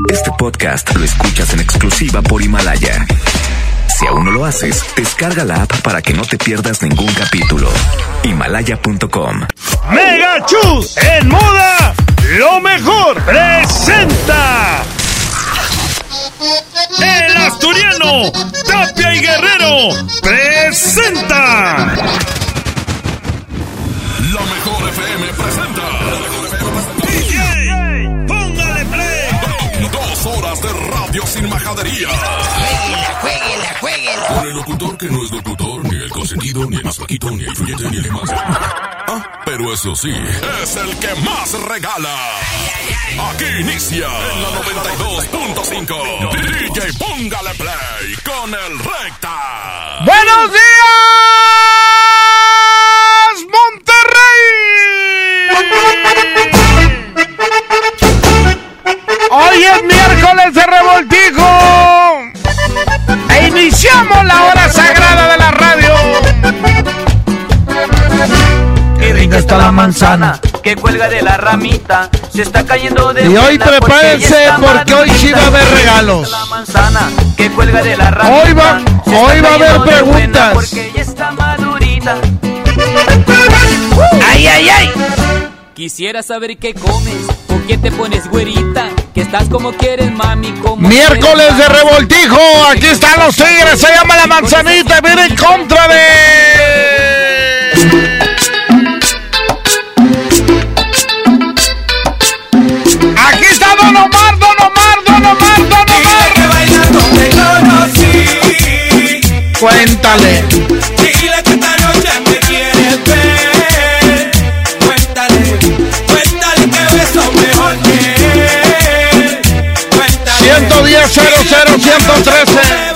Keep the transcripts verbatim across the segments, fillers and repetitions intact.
Este podcast lo escuchas en exclusiva por Himalaya. Si aún no lo haces, descarga la app para que no te pierdas ningún capítulo. Himalaya punto com. Mega Chus en moda, lo mejor presenta el asturiano Tapia y Guerrero presenta La Mejor F M presenta D J, póngale play. Dos horas de radio sin majadería. Jueguela, jueguela, jueguela. Con el locutor que no es locutor, ni el consentido, ni el más flaquito, ni el fluyente, ni el que más. Ah, pero eso sí, es el que más regala. Aquí inicia en la noventa y dos punto cinco. D J, póngale play con el Recta. ¡Buenos días, Monterrey! Hoy es miércoles de revoltijo e iniciamos la hora sagrada de la radio. Qué rica está la manzana que cuelga de la ramita, se está cayendo de Y hoy prepárense porque hoy sí va a haber regalos. La manzana que cuelga de la ramita, Hoy va, hoy va a haber preguntas. Porque ya está madurita. ¡Ay, ay, ay! Quisiera saber qué comes, con qué te pones güerita, que estás como quieres, mami, como Miércoles de revoltijo, aquí están los tigres, se llama la manzanita, viene en contra de... Aquí está Don Omar, Don Omar, Don Omar, Don Omar. Que bailando te conocí. Cuéntale. Dile que esta noche me quieres ver. Cuéntale, cuéntale que beso mejor que él. Cuéntale. ciento diez, cero cero, ciento trece.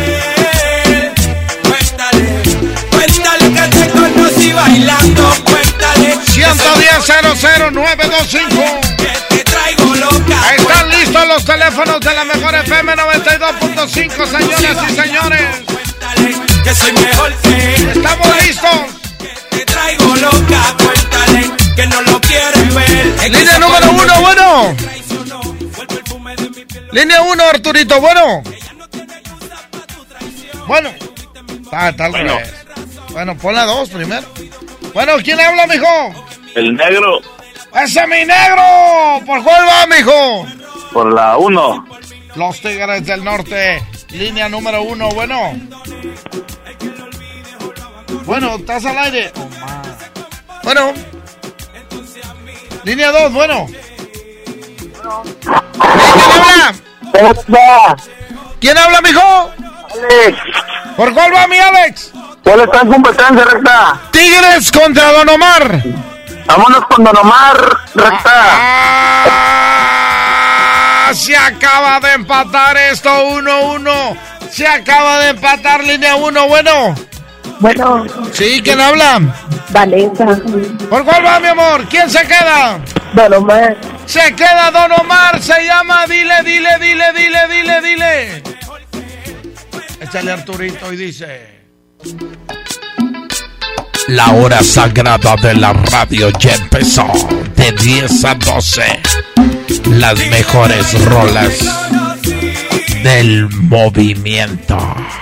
Cuéntale, cuéntale que te conocí bailando. Cuéntale. ciento diez, cero cero, nueve dos cinco. Que te traigo loca. Están listos los teléfonos de la Mejor F M noventa y dos punto cinco, señoras y señores. Cuéntale que soy mejor que él. Estamos listos. Te traigo loca, cuéntale que no lo quieres ver. Línea número uno, bueno. Línea uno, Arturito, bueno. Bueno. Ah, tal Bueno. vez. Bueno, pon la dos primero. Bueno, ¿quién habla, mijo? El negro ¡Ese es mi negro! ¿Por cuál va, mijo? por la uno. Los Tigres del Norte. Línea número uno, bueno. Bueno, ¿estás al aire? Bueno. Línea dos, bueno. ¿Quién habla? ¿Quién habla, mijo? Alex, ¿Por cuál va, mi Alex? ¿cuál está en competencia, Recta? Tigres contra Don Omar. Vámonos con Don Omar, Recta. Ah, se acaba de empatar esto, uno uno. Se acaba de empatar, línea uno, bueno. Bueno, Sí, ¿quién habla? Vanessa, ¿Por cuál va, mi amor? ¿Quién se queda? Don Omar, Se queda Don Omar, se llama, dile, dile, dile, dile, dile, dile. Échale Arturito y dice... La hora sagrada de la radio ya empezó. De diez a doce. Las mejores rolas del movimiento.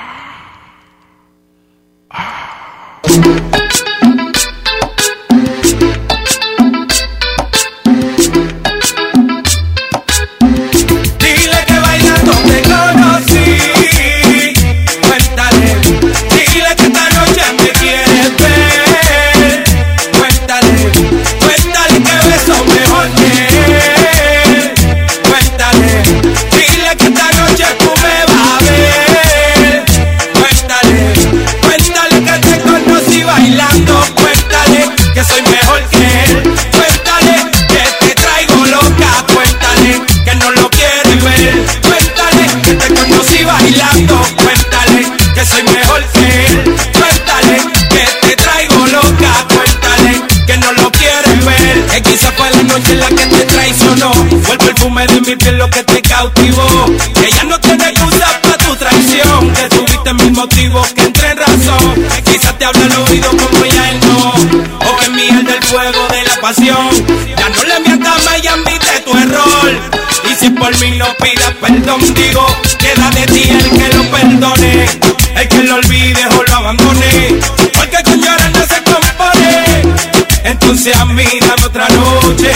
Dile que bailando te conocí. Cuéntale, dile que esta noche me quieres ver. Cuéntale, cuéntale que beso mejor que él. Cuéntale, dile que esta noche tú me vas a ver. Cuéntale, cuéntale que te conocí bailando. Cuéntale que soy mejor que él. Cuéntale que te traigo loca. Cuéntale que no lo quieres ver. Cuéntale que te conocí bailando. Cuéntale que soy mejor que él. Cuéntale que te traigo loca. Cuéntale que no lo quieres ver. Que quizá fue la noche en la que te traicionó. Fue el perfume de mi piel lo que te cautivó. Que ya no tiene excusa para tu traición. Que tuviste mis motivos que entré en razón. Que quizás te habla al oído como ya él no. O que miel del fuego de la pasión. Ya no le mientas más y admite tu error. Y si si por mí no pidas perdón, digo, queda de ti el que lo perdone, el que lo olvide o lo abandone, porque con llorar no se compone. Entonces a mí dame otra noche,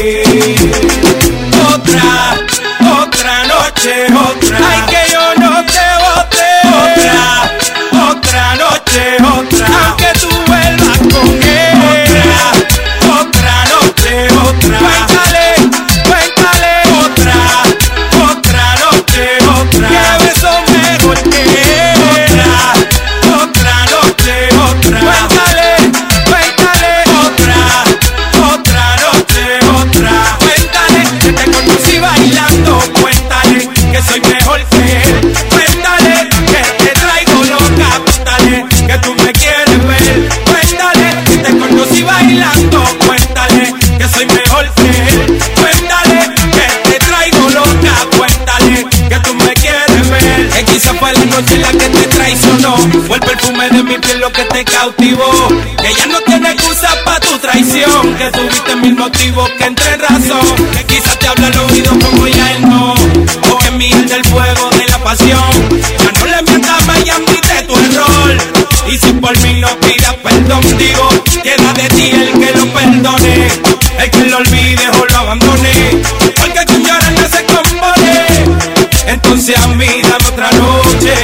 otra, otra noche, otra. Ay, que yo no te bote, otra, otra noche, otra. Aunque tú vuelvas con él, otra, otra noche, otra. Cuéntale, cuéntale, otra, otra noche, otra. Que beso mejor que él, otra, otra noche, otra. Cuéntale, cuéntale, otra, otra noche, otra. Cuéntale que te conocí bailando, cuéntale que soy mejor que él. Cuéntale que te traigo loca, cuéntale que tú me quieres ver. Cuéntale que te conocí bailando, cuéntale que soy mejor que él. Cuéntale que te traigo loca, cuéntale que tú me quieres ver. Que quizá fue la noche en la que te traicionó, fue el perfume de mi piel lo que te cautivó. Que ya no tiene excusa pa' tu traición, que tuviste mil motivos que entre razón. Que quizás te habla al oído como ya él no, o que miel del fuego de la pasión. Ya no le mientas más y admite tu error. Y si por mí no pidas perdón, digo, queda de ti el que lo perdone, el que lo olvide o lo abandone, porque con llorar no se compone. Entonces a mí dame otra noche,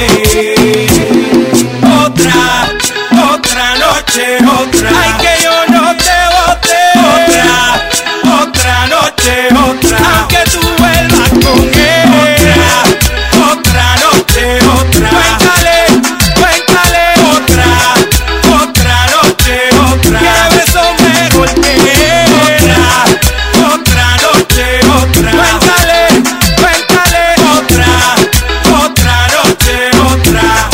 otra, otra noche, otra. Ay, que yo no te bote, otra, otra noche, otra. Aunque tú vuelvas con él, otra, otra noche, otra. Cuéntale, cuéntale, otra, otra noche, otra. Que beso mejor que él, otra, otra noche, otra. Cuéntale, cuéntale, otra, otra noche, otra.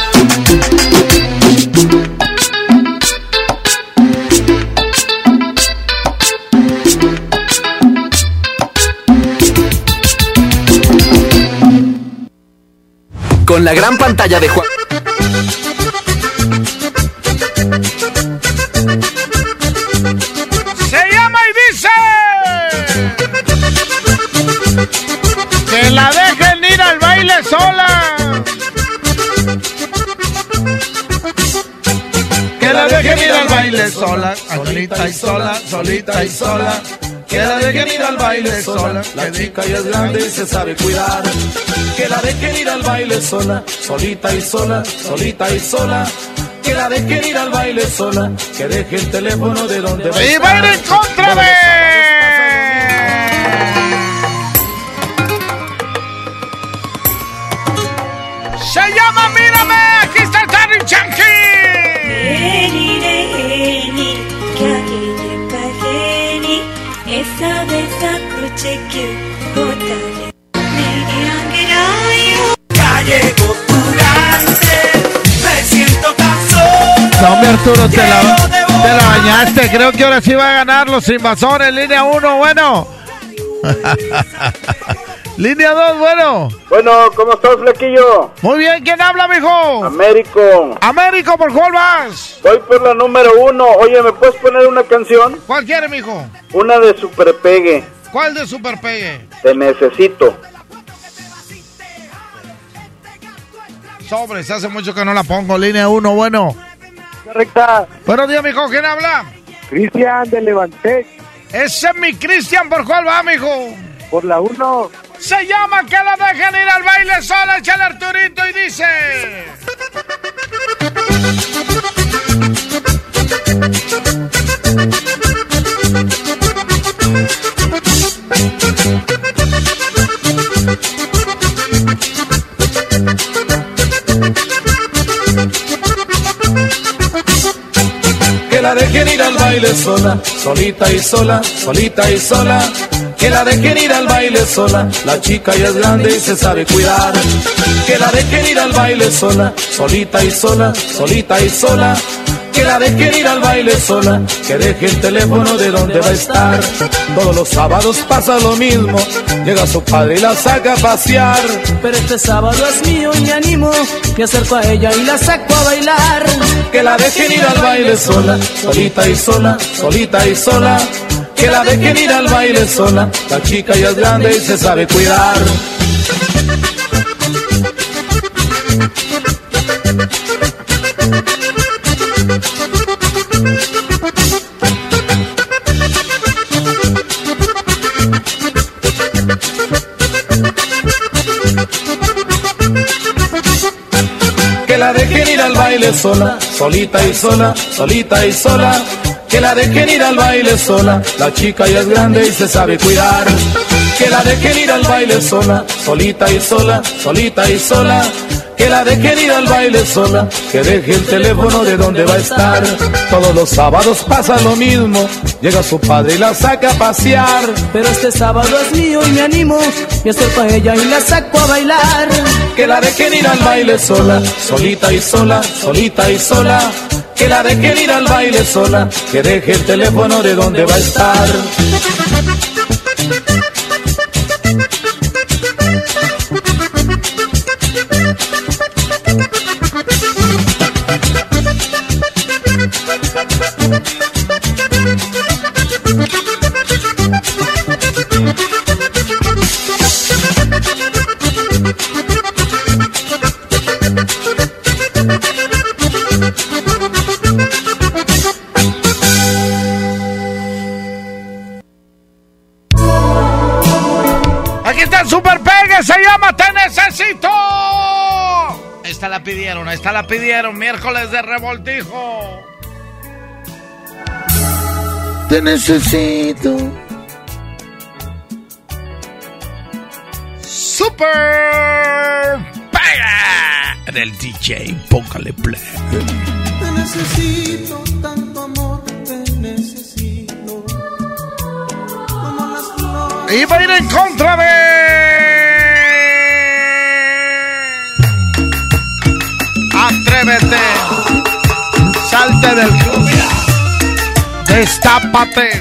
Con la gran pantalla de Juan. Se llama y dice que la dejen ir al baile sola. Que la dejen ir al baile sola, solita y sola, solita y sola. Que la dejen ir al baile sola. La chica ya es grande y se sabe cuidar. Que la dejen ir al baile sola, solita y sola, solita y sola. Que la dejen ir al baile sola, que deje el teléfono de donde va. Y va a ir en contra de... Se llama Mírame, aquí está el Tari Chanqui. Ya llegó tu grande, me siento tan solo. No, hombre, Arturo, te la, te la bañaste. Creo que ahora sí va a ganar los invasores. Línea uno, bueno. Línea dos, bueno. Bueno, ¿cómo estás, flequillo? Muy bien, ¿quién habla, mijo? Américo. Américo, ¿por cuál vas? Voy por la número uno. Oye, ¿me puedes poner una canción? ¿Cuál quiere, mijo? Una de Super Pegue. ¿Cuál de Super Pegue? Te necesito. Sobres, hace mucho que no la pongo. Línea uno, bueno. Correcta. Buenos días, mijo, ¿quién habla? Cristian de Levantec. Ese es mi Cristian, ¿por cuál va, mijo? Por la uno. Se llama que la dejen ir al baile sola, échale Arturito y dice... Que la dejen ir al baile sola, solita y sola, solita y sola. Que la dejen ir al baile sola, la chica ya es grande y se sabe cuidar. Que la dejen ir al baile sola, solita y sola, solita y sola. Que la dejen ir al baile sola, que deje el teléfono de donde va a estar. Todos los sábados pasa lo mismo, llega su padre y la saca a pasear. Pero este sábado es mío y me animo, me acerco a ella y la saco a bailar. Que la dejen ir al baile sola, solita y sola, solita y sola. que la dejen ir al baile sola. La chica ya es grande y se sabe cuidar. Que la dejen ir al baile sola, solita y sola, solita y sola. Que la dejen ir al baile sola, la chica ya es grande y se sabe cuidar. Que la dejen ir al baile sola, solita y sola, solita y sola. Que la dejen ir al baile sola, que deje el teléfono de donde va a estar. Todos los sábados pasa lo mismo, llega su padre y la saca a pasear. Pero este sábado es mío y me animo, me acerco a ella y la saco a bailar. Que la dejen ir al baile sola, solita y sola, solita y sola. Que la dejen ir al baile sola, que deje el teléfono de donde va a estar. Super Pegue se llama Te Necesito. Esta la pidieron, esta la pidieron. Miércoles de revoltijo. Te necesito. Super Pegue en el D J, póngale play. Te necesito, tanto amor, te necesito. Como las flores. Y va a ir en contra de Atrévete, salte del closet, destápate.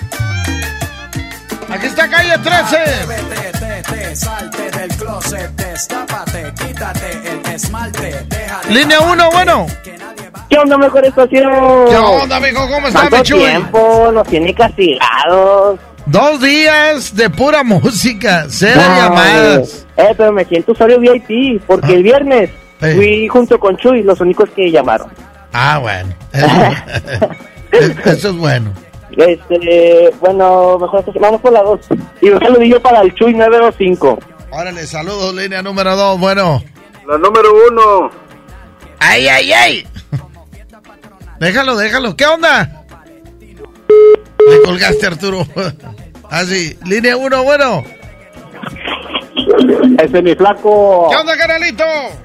Aquí está Calle trece. Atrévete, te, te, salte del closet, destápate, quítate el esmalte, déjale. Línea uno, bueno. ¿Qué onda, mejor estación? ¿Qué onda, amigo? ¿Cómo está, mi Chuy? Tiempo, nos tiene castigados. Dos días de pura música, cero Ay, llamadas. Eh, pero me siento usuario V I P, porque ah. el viernes eh. fui junto con Chuy, los únicos que llamaron. Ah, bueno. Eso, eso es bueno. Este, bueno, mejor vamos por la dos. Y un saludillo para el Chuy nueve dos cinco. Órale, saludos, línea número dos, bueno. La número uno. ¡Ay, ay, ay! Déjalo, déjalo. ¿Qué onda? Le colgaste, Arturo. Así, línea uno, bueno. Ese es mi flaco. ¿Qué onda, canalito?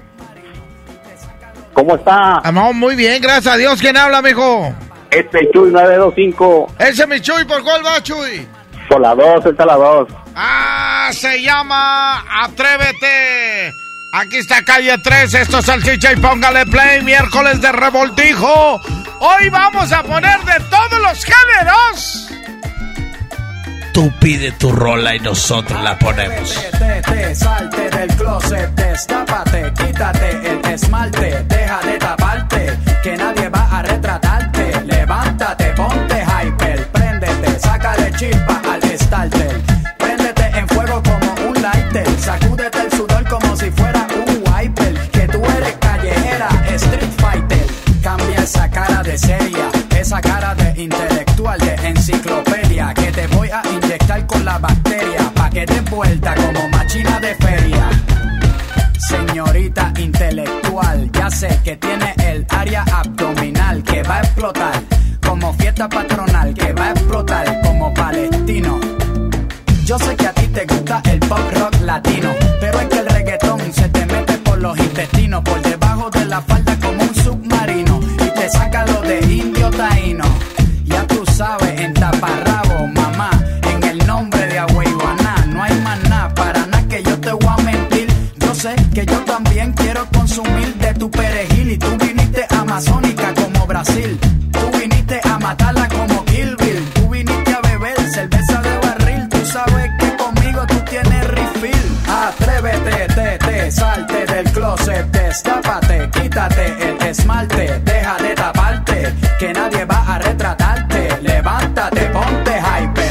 ¿Cómo está? Amamos muy bien, gracias a Dios. ¿Quién habla, mijo? Este Chuy nueve dos cinco. Ese es mi Chuy, ¿por cuál va, Chuy? Por la dos, está la dos. Ah, se llama Atrévete. Aquí está Calle tres, esto es Salchicha y póngale play, miércoles de revoltijo. Hoy vamos a poner de todos los géneros. Tú pide tu rola y nosotros la ponemos. Te, te, salte del closet, destápate, quítate el esmalte, deja de taparte, que nadie va a retratarte. Levántate, ponte hyper, préndete, sácale chispa al starter. Préndete en fuego como un lighter, sacúdete el sudor como si fuera un wiper. Que tú eres callejera, street fighter. Cambia esa cara de seria, esa cara de intelectual, de enciclopedia, que te voy a inyectar con la bacteria, pa' que des vuelta como machina de feria. Señorita intelectual, ya sé que tiene el área abdominal que va a explotar como fiesta patronal, que va a explotar como palestino. Yo sé que a ti te gusta el pop rock latino, pero es que el reggaetón se te mete por los intestinos, por debajo de la falda como un submarino, y te saca lo de indio taíno. Ya tú sabes, en taparrabo, mamá, en el nombre de Agüeyuaná, no hay más nada, para nada que yo te voy a mentir. Yo sé que yo también quiero consumir de tu perejil, y tú viniste amazónica como Brasil, tú viniste a matarla como Kill Bill, tú viniste a beber cerveza de barril, tú sabes que conmigo tú tienes refill. Atrévete, te, te, salte del closet, destápate, quítate el esmalte, deja de taparte, que nadie va a retratarte. Levántate, ponte hype,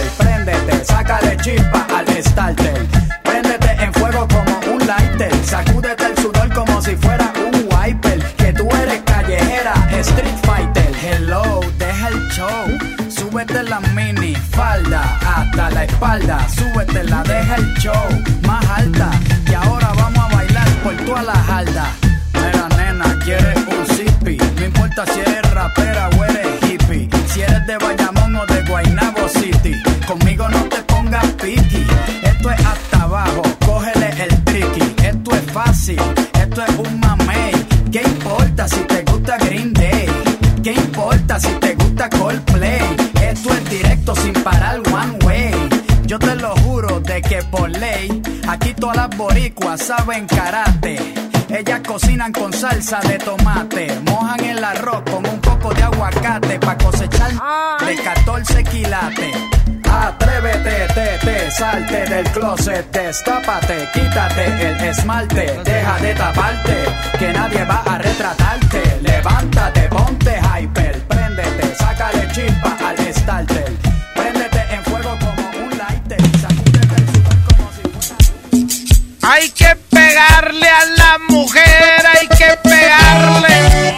Quítate la mini falda hasta la espalda, súbete, la deja el show más alta. Y ahora vamos a bailar por toda la jalda. Mira, nena, quieres un zippy. No importa si eres rapera o eres hippie. Si eres de Bayamón o de Guaynabo City, conmigo no te pongas piqui. Esto es hasta abajo, cógele el tricky. Esto es fácil, esto es un mamey. ¿Qué importa si te gusta Green Day? ¿Qué importa si te gusta Coldplay? Esto es directo sin parar one way. Yo te lo juro de que por ley, aquí todas las boricuas saben karate. Ellas cocinan con salsa de tomate, mojan el arroz con un poco de aguacate pa' cosechar de catorce quilates. Atrévete, te, te, salte del closet, destápate, quítate el esmalte, deja de taparte, que nadie va a retratarte. Levántate, ponte hyper, préndete, sácale chispa al starter, préndete en fuego como un lighter, sacúdete el sudor como si fuera... Hay que pegarle a la mujer, hay que pegarle.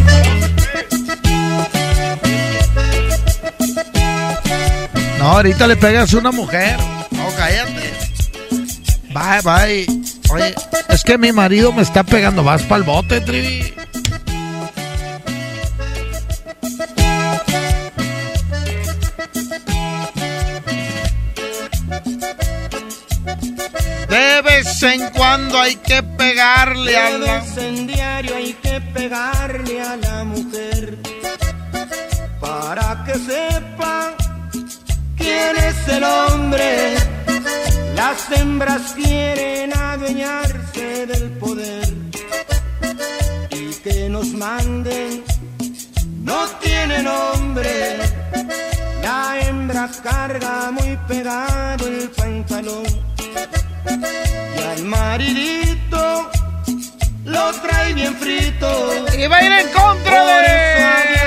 No, ahorita le pegas a una mujer. No, cállate. Bye, bye. Oye, es que mi marido me está pegando. Vas pa'l bote, Trivi. De vez en cuando hay que pegarle a la... De vez en diario hay que pegarle a la mujer para que sepa quién es el hombre. Las hembras quieren adueñarse del poder y que nos manden no tiene nombre. La hembra carga muy pegado el pantalón y al maridito lo trae bien frito. Y va a ir en contra de...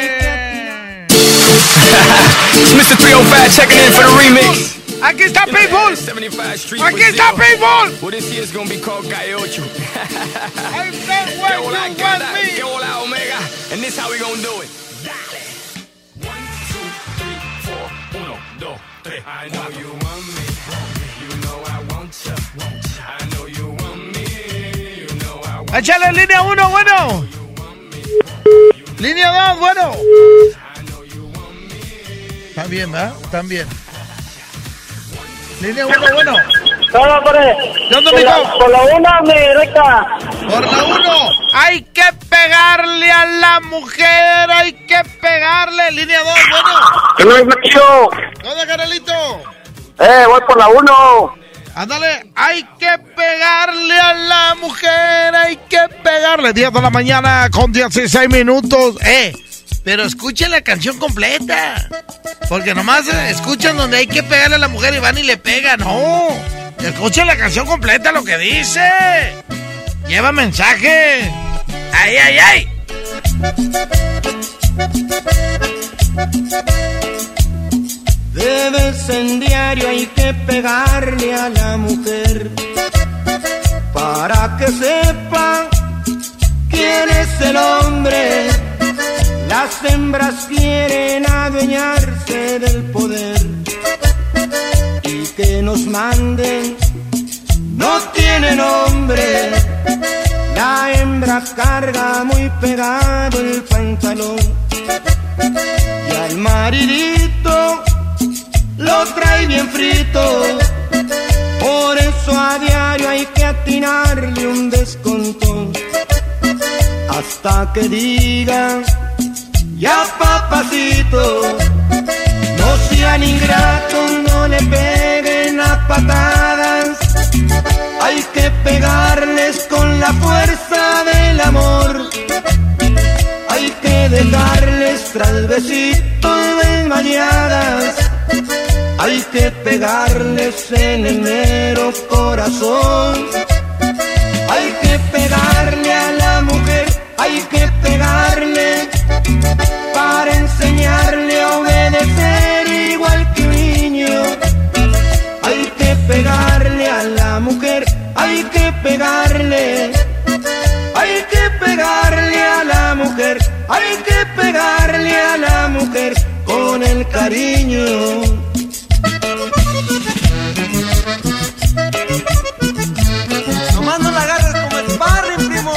mister three oh five checking in for the remix. Aquí está Pitbull. Aquí está Pitbull. Well, this year's gonna be called Gallo ocho. I said what you want me. Que hola, Omega. And this how we gonna do it. Dale. One, two, three, four. Uno, dos, tres. I know you want me. You know I want you. I know you want me. You know I want you. Échale línea uno, bueno. Línea dos, bueno. Está bien, ¿verdad? Están bien. Línea uno, bueno. Todo por el... ¿Qué onda, por, la, mijo? por la una, mi recta. Por la uno. Hay que pegarle a la mujer. Hay que pegarle. Línea dos, bueno. ¿Qué no es macho? ¿Qué onda, Carolito? Eh, voy por la uno. Ándale. Hay que pegarle a la mujer. Hay que pegarle. diez de la mañana con dieciséis minutos. Eh. Pero escuchen la canción completa. Porque nomás escuchan donde hay que pegarle a la mujer y van y le pegan. No. Escuchen la canción completa, lo que dice. Lleva mensaje. ¡Ay, ay, ay! De vez en diario hay que pegarle a la mujer para que sepa quién es el hombre. Las hembras quieren adueñarse del poder y que nos manden no tiene nombre. La hembra carga muy pegado el pantalón y al maridito lo trae bien frito. Por eso a diario hay que atinarle un descontón hasta que digan: ya papacito, no sean ingratos, no le peguen a patadas. Hay que pegarles con la fuerza del amor. Hay que dejarles tras besitos desmayadas. Hay que pegarles en el mero corazón. Hay que pegarle a la mujer, hay que pegarle para enseñarle a obedecer igual que un niño. Hay que pegarle a la mujer, hay que pegarle. Hay que pegarle a la mujer, hay que pegarle a la mujer con el cariño cariño. Nomás no la agarres como el sparring, primo.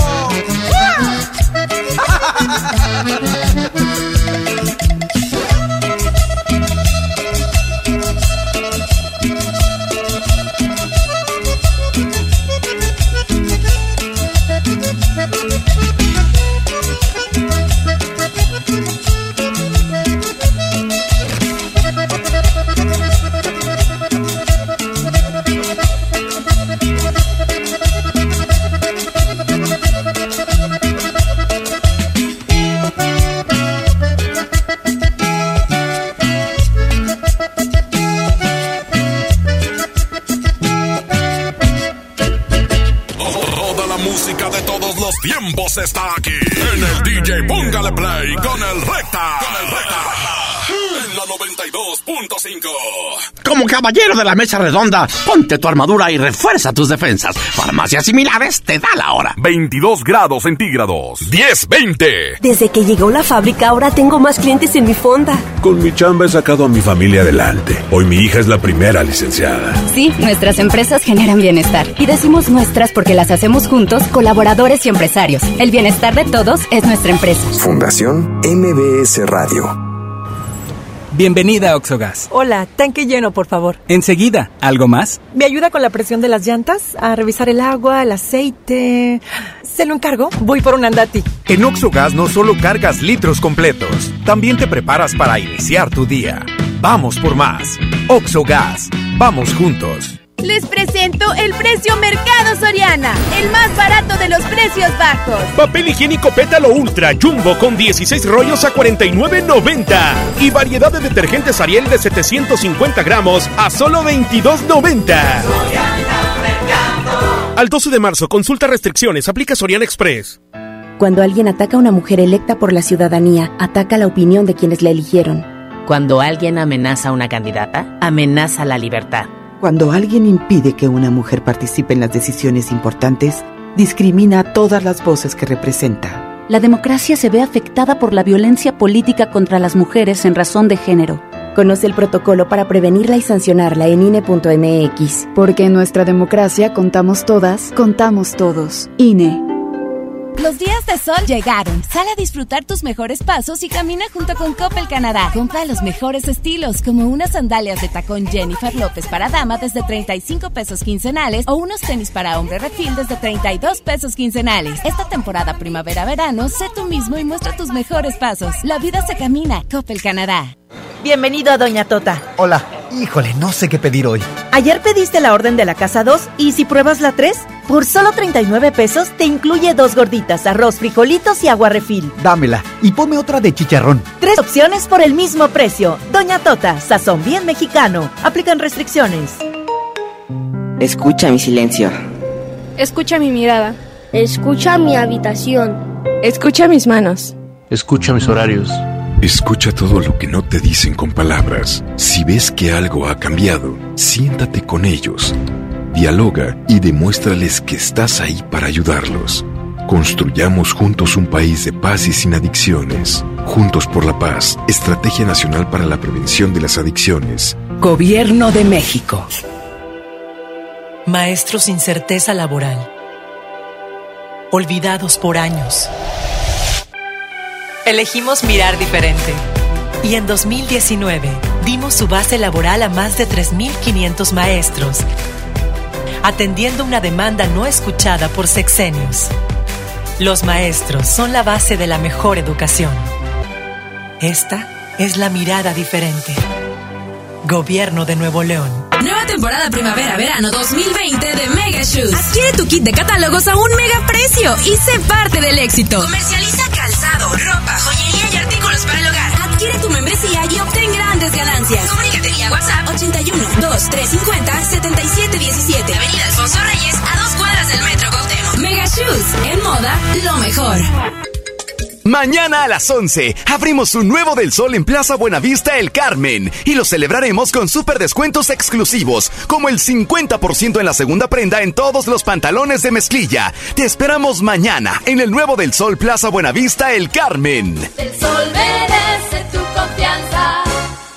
Tiempos está aquí en el D J Póngale Play con el Recta. Con el Recta. En la noventa y dos punto cinco. Como caballero de la mesa redonda, ponte tu armadura y refuerza tus defensas. Farmacias Similares te da la hora. veintidós grados centígrados. diez veinte. Desde que llegó la fábrica, ahora tengo más clientes en mi fonda. Con mi chamba he sacado a mi familia adelante. Hoy mi hija es la primera licenciada. Sí, nuestras empresas generan bienestar. Y decimos nuestras porque las hacemos juntos, colaboradores y empresarios. El bienestar de todos es nuestra empresa. Fundación M B S Radio. Bienvenida a Oxogas. Hola, tanque lleno, por favor. Enseguida, ¿algo más? ¿Me ayuda con la presión de las llantas? A revisar el agua, el aceite... ¿Se lo encargo? Voy por un Andati. En Oxogas no solo cargas litros completos, también te preparas para iniciar tu día. Vamos por más. Oxogas. Vamos juntos. Les presento el precio Mercado Soriana, el más barato de los precios bajos. Papel higiénico Pétalo Ultra Jumbo con dieciséis rollos a cuarenta y nueve noventa. Y variedad de detergentes Ariel de setecientos cincuenta gramos a solo veintidós noventa. Al doce de marzo, consulta restricciones, aplica Soriana Express. Cuando alguien ataca a una mujer electa por la ciudadanía, ataca la opinión de quienes la eligieron. Cuando alguien amenaza a una candidata, amenaza la libertad. Cuando alguien impide que una mujer participe en las decisiones importantes, discrimina a todas las voces que representa. La democracia se ve afectada por la violencia política contra las mujeres en razón de género. Conoce el protocolo para prevenirla y sancionarla en I N E punto M X. Porque en nuestra democracia contamos todas, contamos todos. I N E. Los días de sol llegaron. Sal a disfrutar tus mejores pasos y camina junto con Coppel Canadá. Compra los mejores estilos, como unas sandalias de tacón Jennifer López para dama desde treinta y cinco pesos quincenales o unos tenis para hombre refil desde treinta y dos pesos quincenales. Esta temporada primavera-verano, sé tú mismo y muestra tus mejores pasos. La vida se camina. Coppel Canadá. Bienvenido a Doña Tota. Hola. Híjole, no sé qué pedir hoy. Ayer pediste la orden de la casa dos y si pruebas la tres, por solo treinta y nueve pesos te incluye dos gorditas, arroz, frijolitos y agua refil. Dámela y ponme otra de chicharrón. Tres opciones por el mismo precio. Doña Tota, sazón bien mexicano. Aplican restricciones. Escucha mi silencio. Escucha mi mirada. Escucha mi habitación. Escucha mis manos. Escucha mis horarios. Escucha todo lo que no te dicen con palabras. Si ves que algo ha cambiado, siéntate con ellos. Dialoga y demuéstrales que estás ahí para ayudarlos. Construyamos juntos un país de paz y sin adicciones. Juntos por la paz. Estrategia Nacional para la Prevención de las Adicciones. Gobierno de México. Maestros sin certeza laboral. Olvidados por años. Elegimos mirar diferente. Y en dos mil diecinueve dimos su base laboral a más de tres mil quinientos maestros, atendiendo una demanda no escuchada por sexenios. Los maestros son la base de la mejor educación. Esta es la mirada diferente. Gobierno de Nuevo León. Nueva temporada primavera-verano dos mil veinte de Mega Shoes. Adquiere tu kit de catálogos a un mega precio y sé parte del éxito. Comercializa calzado, ropa, joyería y artículos para el hogar. Adquiere tu membresía y obtén grandes ganancias. Comunícate vía WhatsApp ochenta y uno, dos, tres cincuenta, setenta y siete diecisiete. Avenida Alfonso Reyes, a dos cuadras del Metro Cuauhtémoc. Mega Shoes, en moda, lo mejor. Mañana a las once abrimos un nuevo del sol en Plaza Buenavista El Carmen y lo celebraremos con súper descuentos exclusivos, como el cincuenta por ciento en la segunda prenda en todos los pantalones de mezclilla. Te esperamos mañana en el nuevo del sol Plaza Buenavista El Carmen. El sol merece tu confianza.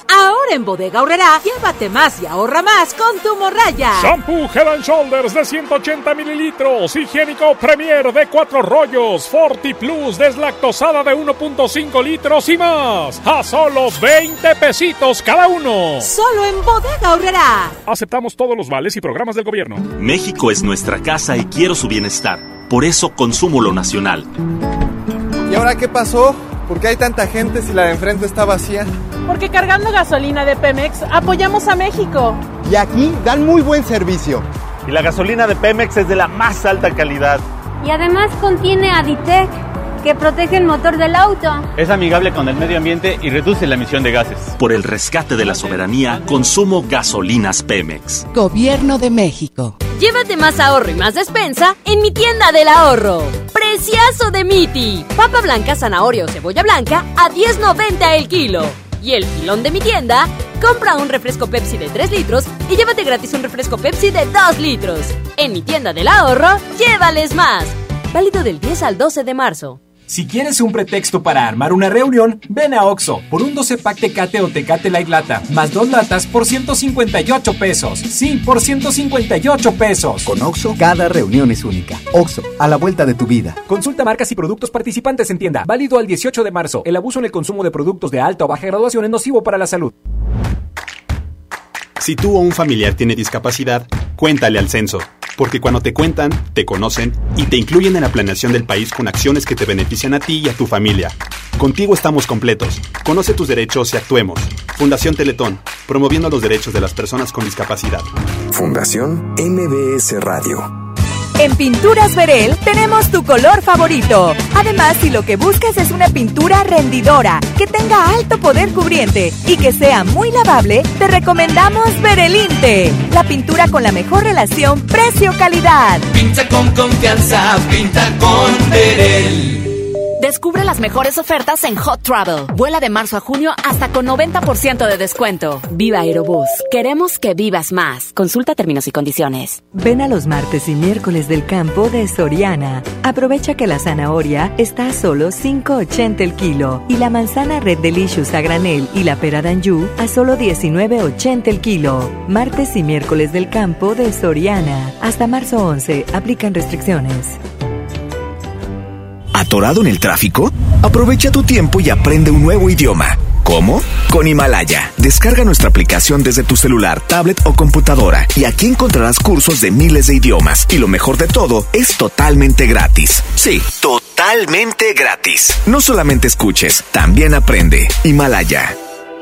Ahora en Bodega Aurrerá, llévate más y ahorra más con tu morralla. Shampoo Head and Shoulders de ciento ochenta mililitros, higiénico Premier de cuatro rollos, Forti Plus deslactosada de uno punto cinco litros y más. A solo veinte pesitos cada uno. Solo en Bodega Aurrerá. Aceptamos todos los vales y programas del gobierno. México es nuestra casa y quiero su bienestar. Por eso consumo lo nacional. ¿Y ahora qué pasó? ¿Por qué hay tanta gente si la de enfrente está vacía? Porque cargando gasolina de Pemex apoyamos a México. Y aquí dan muy buen servicio. Y la gasolina de Pemex es de la más alta calidad. Y además contiene Aditec, que protege el motor del auto. Es amigable con el medio ambiente y reduce la emisión de gases. Por el rescate de la soberanía, consumo gasolinas Pemex. Gobierno de México. Llévate más ahorro y más despensa en mi tienda del ahorro. ¡Preciazo de Miti! Papa blanca, zanahoria o cebolla blanca a diez noventa el kilo. Y el filón de mi tienda, compra un refresco Pepsi de tres litros y llévate gratis un refresco Pepsi de dos litros. En mi tienda del ahorro, llévales más. Válido del diez al doce de marzo. Si quieres un pretexto para armar una reunión, ven a Oxxo por un doce pack Tecate o Tecate Light Lata, más dos latas por ciento cincuenta y ocho pesos. Sí, por ciento cincuenta y ocho pesos. Con Oxxo, cada reunión es única. Oxxo, a la vuelta de tu vida. Consulta marcas y productos participantes en tienda. Válido al dieciocho de marzo. El abuso en el consumo de productos de alta o baja graduación es nocivo para la salud. Si tú o un familiar tiene discapacidad, cuéntale al censo. Porque cuando te cuentan, te conocen y te incluyen en la planeación del país con acciones que te benefician a ti y a tu familia. Contigo estamos completos. Conoce tus derechos y actuemos. Fundación Teletón, promoviendo los derechos de las personas con discapacidad. Fundación M B S Radio. En Pinturas Verel tenemos tu color favorito. Además, si lo que buscas es una pintura rendidora, que tenga alto poder cubriente y que sea muy lavable, te recomendamos Verelinte, la pintura con la mejor relación precio-calidad. Pinta con confianza, pinta con Verel. Descubre las mejores ofertas en Hot Travel. Vuela de marzo a junio hasta con noventa por ciento de descuento. Viva Aerobús. Queremos que vivas más. Consulta términos y condiciones. Ven a los martes y miércoles del campo de Soriana. Aprovecha que la zanahoria está a solo cinco ochenta el kilo y la manzana Red Delicious a granel y la pera Danju a solo diecinueve ochenta el kilo. Martes y miércoles del campo de Soriana. Hasta marzo once. Aplican restricciones. ¿Atorado en el tráfico? Aprovecha tu tiempo y aprende un nuevo idioma. ¿Cómo? Con Himalaya. Descarga nuestra aplicación desde tu celular, tablet o computadora y aquí encontrarás cursos de miles de idiomas. Y lo mejor de todo, es totalmente gratis. Sí, totalmente gratis. No solamente escuches, también aprende. Himalaya.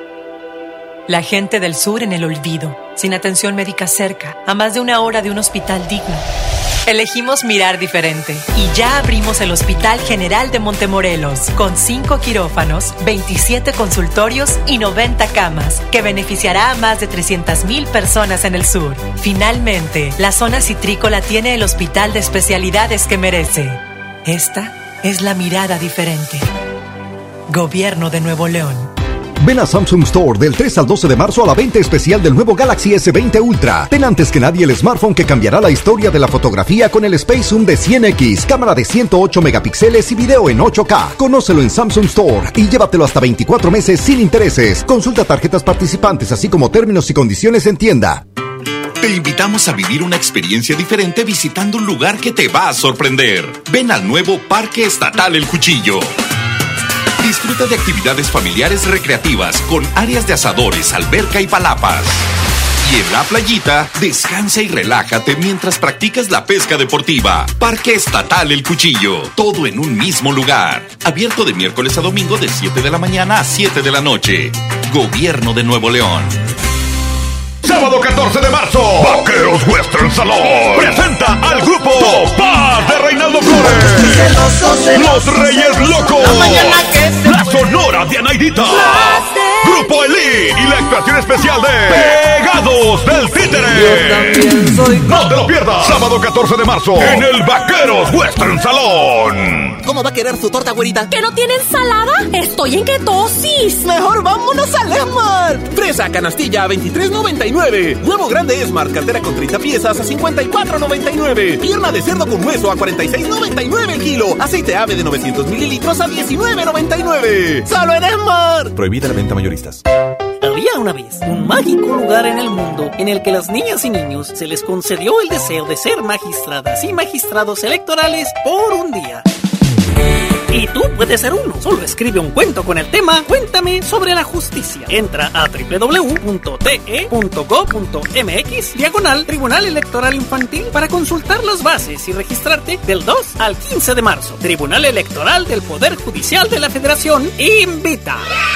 La gente del sur en el olvido, sin atención médica cerca, a más de una hora de un hospital digno. Elegimos mirar diferente y ya abrimos el Hospital General de Montemorelos con cinco quirófanos, veintisiete consultorios y noventa camas, que beneficiará a más de trescientas mil personas en el sur. Finalmente, la zona citrícola tiene el hospital de especialidades que merece. Esta es la mirada diferente. Gobierno de Nuevo León. Ven a Samsung Store del tres al doce de marzo a la venta especial del nuevo Galaxy S veinte Ultra. Ten antes que nadie el smartphone que cambiará la historia de la fotografía con el Space Zoom de cien equis, cámara de ciento ocho megapíxeles y video en ocho K. Conócelo en Samsung Store y llévatelo hasta veinticuatro meses sin intereses. Consulta tarjetas participantes así como términos y condiciones en tienda. Te invitamos a vivir una experiencia diferente visitando un lugar que te va a sorprender. Ven al nuevo Parque Estatal El Cuchillo. Disfruta de actividades familiares recreativas con áreas de asadores, alberca y palapas. Y en la playita, descansa y relájate mientras practicas la pesca deportiva. Parque Estatal El Cuchillo, todo en un mismo lugar. Abierto de miércoles a domingo de siete de la mañana a siete de la noche. Gobierno de Nuevo León. Sábado catorce de marzo, Vaqueros Western Salón presenta al grupo Paz de Reinaldo Flores, Los Reyes Locos, La Sonora de Anaidita, Grupo Elite y la actuación especial de Pegados del Títere. No te lo pierdas, sábado catorce de marzo en el Vaqueros Western Salón. ¿Cómo va a querer su torta, güerita? ¿Que no tiene ensalada? Estoy en ketosis. Mejor vámonos al Esmart. Fresa canastilla a veintitrés noventa y nueve. Huevo grande Esmart, cartera con treinta piezas a cincuenta y cuatro noventa y nueve. Pierna de cerdo con hueso a cuarenta y seis noventa y nueve el kilo. Aceite ave de novecientos mililitros a diecinueve noventa y nueve. ¡Solo en Esmart! Prohibida la venta mayoristas. Había una vez un mágico lugar en el mundo en el que las niñas y niños se les concedió el deseo de ser magistradas y magistrados electorales por un día. Y tú puedes ser uno. Solo escribe un cuento con el tema Cuéntame sobre la justicia. Entra a doble u doble u doble u punto te punto gov punto eme equis diagonal Tribunal Electoral Infantil para consultar las bases y registrarte del dos al quince de marzo. Tribunal Electoral del Poder Judicial de la Federación invita.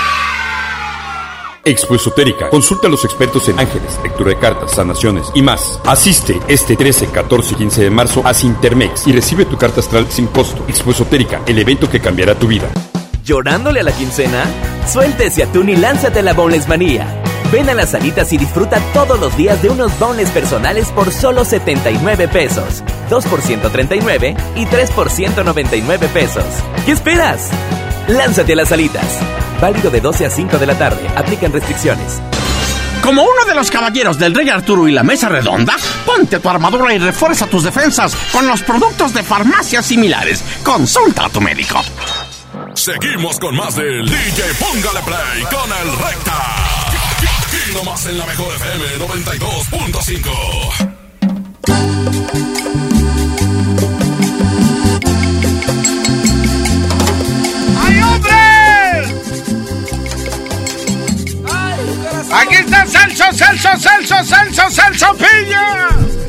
Expo Esotérica. Consulta a los expertos en ángeles, lectura de cartas, sanaciones y más. Asiste este trece, catorce y quince de marzo a Sintermex y recibe tu carta astral sin costo. Expo Esotérica, el evento que cambiará tu vida. ¿Llorándole a la quincena? Suelta ese atún y lánzate a la Boneless Manía. Ven a las salitas y disfruta todos los días de unos boneless personales por solo setenta y nueve pesos. dos por ciento treinta y nueve y tres por ciento noventa y nueve pesos. ¿Qué esperas? Lánzate a las salitas. Válido de doce a cinco de la tarde. Aplican restricciones. Como uno de los caballeros del Rey Arturo y la Mesa Redonda, ponte tu armadura y refuerza tus defensas con los productos de farmacias similares. Consulta a tu médico. Seguimos con más del D J Póngale Play con el Recta. Aquí nomás en la mejor F M noventa y dos punto cinco. ¡Ay, hombre! Aquí está Celso, Celso, Celso, Celso, Celso Piña.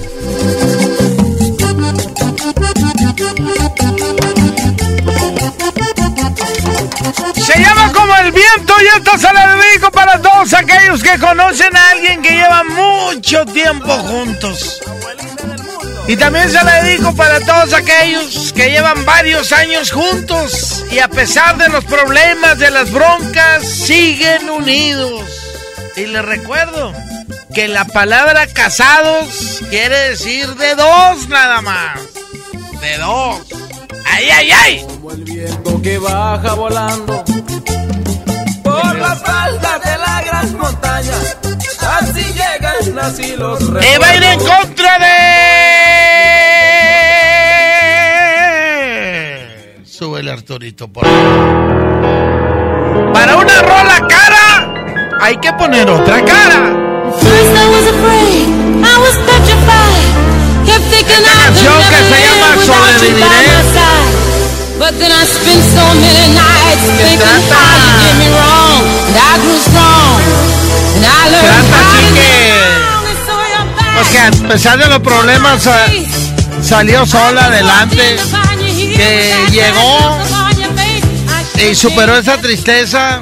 Se llama Como el Viento y esto se lo dedico para todos aquellos que conocen a alguien que lleva mucho tiempo juntos. Y también se lo dedico para todos aquellos que llevan varios años juntos y a pesar de los problemas, de las broncas, siguen unidos. Y les recuerdo que la palabra casados quiere decir de dos nada más. De dos. ¡Ay, ay, ay! Como el viento que baja volando por las faldas de la gran montaña, así llegan, así los recuerdos. ¡Y va a ir en contra de... Súbele, Arturito, por favor. Para una rola cara hay que poner otra cara. Esta canción que se llama Sobreviviré. Trata así que, pues que a pesar de los problemas salió sola adelante, que llegó y superó esa tristeza.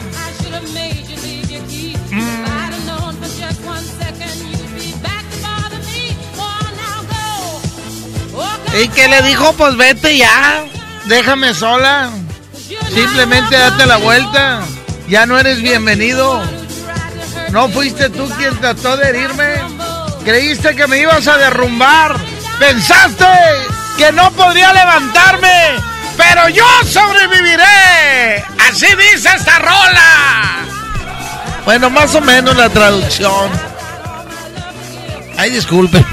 Y que le dijo, pues vete ya, déjame sola, simplemente date la vuelta, ya no eres bienvenido, no fuiste tú quien trató de herirme, creíste que me ibas a derrumbar, pensaste que no podría levantarme, pero yo sobreviviré, así dice esta rola. Bueno, más o menos la traducción. Ay, disculpen.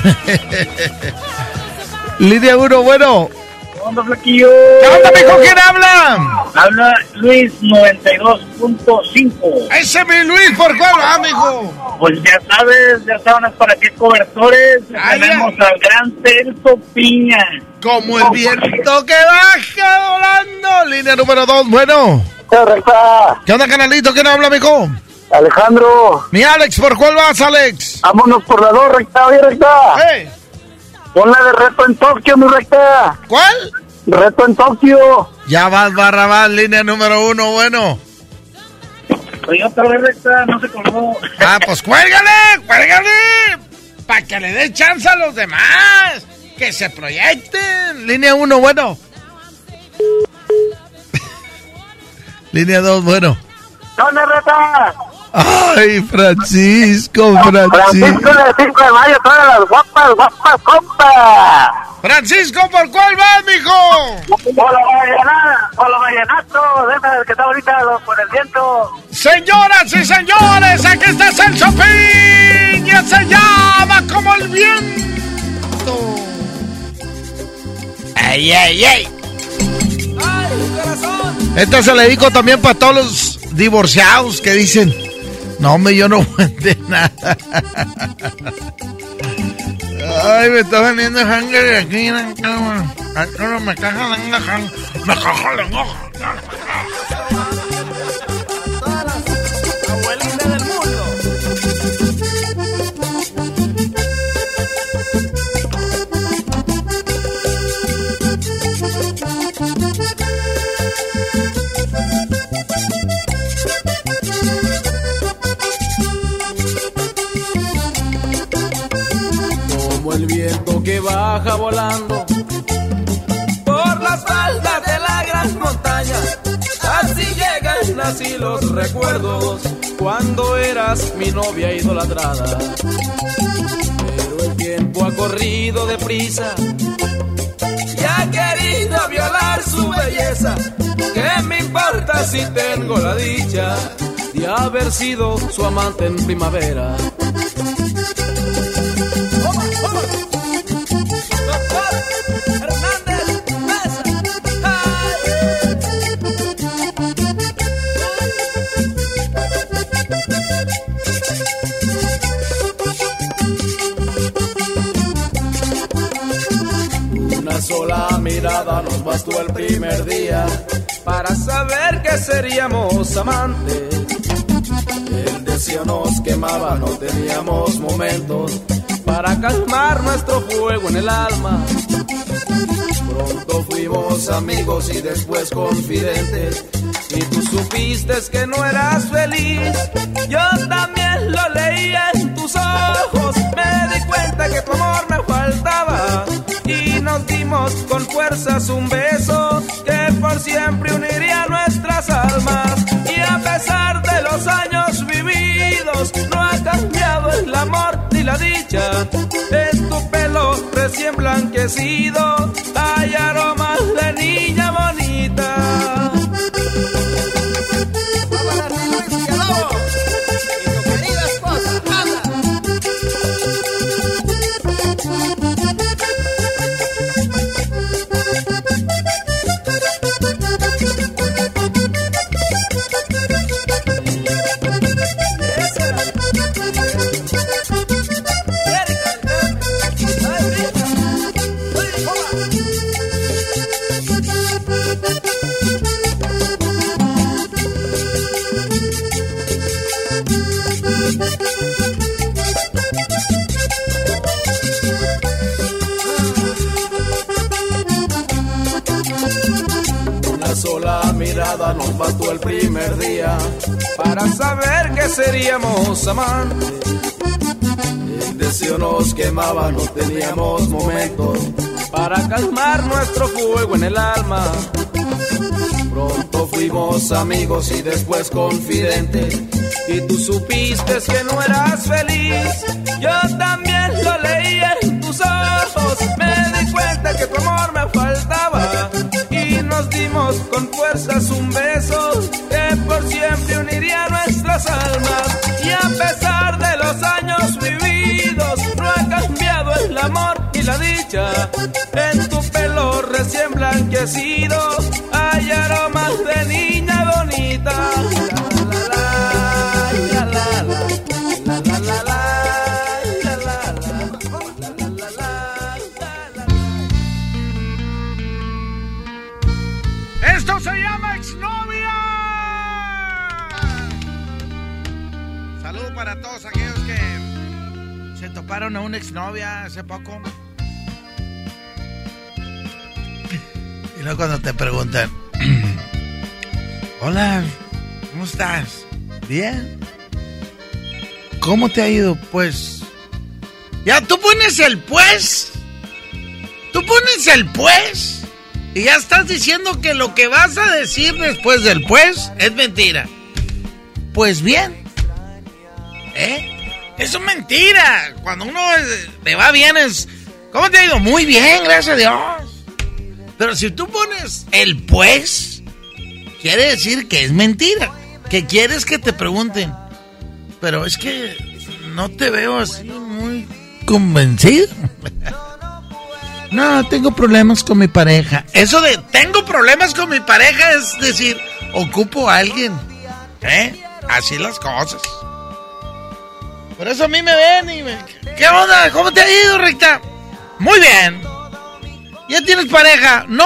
Lidia uno, bueno. ¿Qué onda, flaquillo? ¿Qué onda, mijo? ¿Quién habla? Habla Luis noventa y dos punto cinco. Ese mi Luis, ¿por cuál va, mijo? Pues ya sabes, ya sabes para qué cobertores. Ay, tenemos ya. al gran Celso Piña. Como el viento que baja volando. Línea número dos, bueno. ¿Qué recta? ¿Qué onda, canalito? ¿Quién habla, mijo? Alejandro. Mi Alex, ¿por cuál vas, Alex? Vámonos por la dos, recta, oye, recta. Hey. Pon la de Reto en Tokio, mi recta. ¿Cuál? Reto en Tokio. Ya vas, Barrabás, línea número uno, bueno. Oye, otra vez recta, no se colgó. Ah, pues cuélgale, cuélgale. Para que le dé chance a los demás. Que se proyecten. Línea uno, bueno. Línea dos, bueno. ¿Dónde, recta? Ay, Francisco, Francisco. Francisco del cinco de mayo, todas las guapas, guapas, compa. Francisco, ¿por cuál vas, mijo? Por los vallenatos, por los vallenatos, déjame que está ahorita por el viento. Señoras y señores, aquí está Celso Piña, se llama Como el Viento. Ay, ay, ay. Ay, corazón. Esta se le dedico también para todos los divorciados que dicen, No, hombre, yo no cuente nada. Ay, me está veniendo sangre aquí en la cama. Ay, no, me está jalando, me está jalando. Abuelita del mundo. Como el viento que baja volando por las faldas de la gran montaña, así llegan así los recuerdos cuando eras mi novia idolatrada. Pero el tiempo ha corrido deprisa y ha querido violar su belleza. ¿Qué me importa si tengo la dicha de haber sido su amante en primavera? Una sola mirada nos bastó el primer día para saber que seríamos amantes. El deseo nos quemaba, no teníamos momentos para calmar nuestro fuego en el alma. Pronto fuimos amigos y después confidentes, y tú supiste que no eras feliz. Yo también lo leía en tus ojos, me di cuenta que tu amor me faltaba, y nos dimos con fuerzas un beso que por siempre uniría nuestras almas. Y a pesar de los años vividos, no ha cambiado el amor ni la dicha. En tu pelo recién blanquecido hay aromas de niña bonita. Una sola mirada nos bastó el primer día para saber que seríamos amantes. El deseo nos quemaba, no teníamos momentos para calmar nuestro fuego en el alma. Pronto fuimos amigos y después confidentes, y tú supiste que no eras feliz. Yo también lo leía en tus ojos, me di cuenta que tu amor me faltaba, y nos dimos con fuerzas un beso que por siempre uniría nuestras almas. Y a pesar de los años vividos, no ha cambiado el amor y la dicha. En tu pelo recién blanquecido hay aromas de niña bonita. La, la, la, la, la, la, la, la, la, la, la, la. ¡Esto se llama exnovia! Saludos para todos aquellos que se toparon a una exnovia hace poco. Y luego cuando te preguntan, hola, ¿cómo estás? ¿Bien? ¿Cómo te ha ido? Pues, ya tú pones el pues, tú pones el pues, y ya estás diciendo que lo que vas a decir después del pues es mentira. Pues bien, ¿eh? Eso es mentira. Cuando uno le va bien es, ¿cómo te ha ido? Muy bien, gracias a Dios. Pero si tú pones el pues, quiere decir que es mentira. Que quieres que te pregunten, pero es que no te veo así muy convencido. No, tengo problemas con mi pareja. Eso de tengo problemas con mi pareja es decir, ocupo a alguien. ¿Eh? Así las cosas. Por eso a mí me ven y me... ¿Qué onda? ¿Cómo te ha ido, Recta? Muy bien. ¿Ya tienes pareja? No.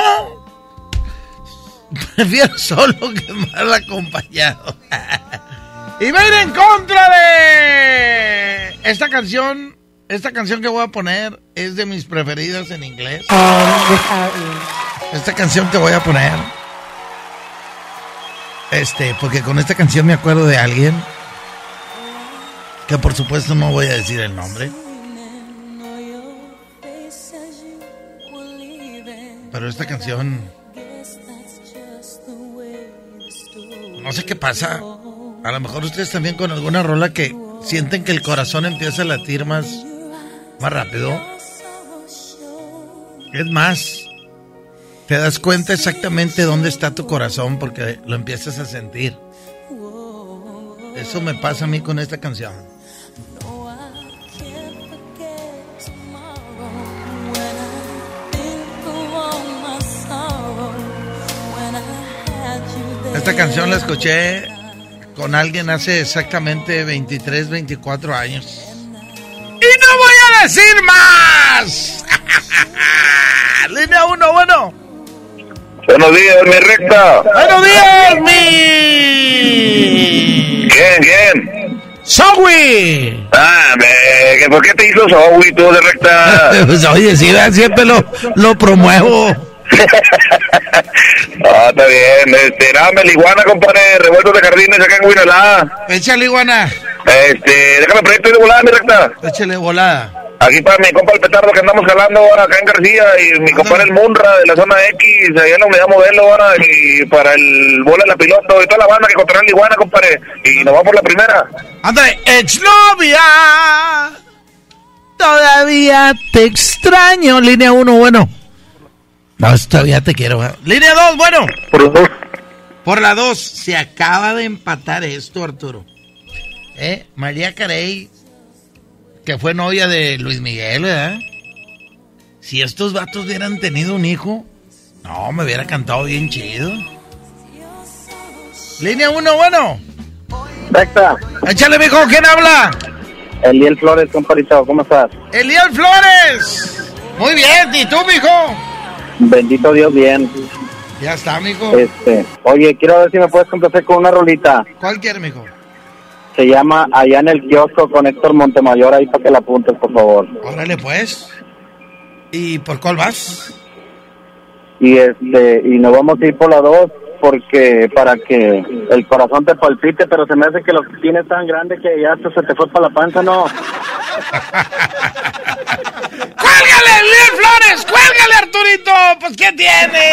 Prefiero solo que mal acompañado. Y va a ir en contra de... Esta canción, esta canción que voy a poner es de mis preferidas en inglés. Esta canción que voy a poner... Este, porque con esta canción me acuerdo de alguien... Que por supuesto no voy a decir el nombre. Pero esta canción... No sé qué pasa. A lo mejor ustedes también con alguna rola que sienten que el corazón empieza a latir más, más rápido. Es más, te das cuenta exactamente dónde está tu corazón porque lo empiezas a sentir. Eso me pasa a mí con esta canción. Esta canción la escuché con alguien hace exactamente veintitrés, veinticuatro años. ¡Y no voy a decir más! Línea uno, bueno. Buenos días, mi Recta. Buenos días, mi... ¿Quién, quién? ¡Sogui! Ah, me... ¿por qué te hizo Sogui tú de Recta? Pues oye, sí, siempre lo, lo promuevo. Ah, está bien. Este, dame la iguana, compadre. Revueltos de jardines acá en Huinalá. Échale iguana. Este, déjame proyecto de volada, mi Recta. Échale volada. Aquí para mi compa el petardo que andamos jalando ahora acá en García. Y mi compadre el Munra de la zona X. Allá no me da modelo ahora. Y para el bola de la piloto. Y toda la banda que encontrarán la iguana, compadre. Y nos vamos por la primera. Ándale, exnovia. Todavía te extraño. Línea uno, bueno. No, todavía te quiero. ¿eh? Línea dos, bueno. Por la dos. Por la dos. Se acaba de empatar esto, Arturo. ¿Eh? María Carey, que fue novia de Luis Miguel, ¿verdad? Si estos vatos hubieran tenido un hijo, no, me hubiera cantado bien chido. Línea uno, bueno. Recta. Échale, mijo, ¿quién habla? Eliel Flores, compadrito, ¿cómo estás? Eliel Flores. Muy bien, ¿y tú, mijo? Bendito Dios, bien. Ya está, mijo. Este, oye, quiero ver si me puedes complacer con una rolita. ¿Cuál quieres, mijo? Se llama Allá en el Kiosco con Héctor Montemayor, ahí para que la apuntes, por favor. Órale, pues. ¿Y por cuál vas? Y este, y nos vamos a ir por la dos, porque para que el corazón te palpite, pero se me hace que lo que tienes tan grande que ya hasta se te fue para la panza, ¿no? ¡Cuélgale, Eliel Flores! ¡Cuélgale, Arturito! Pues, ¿qué tiene?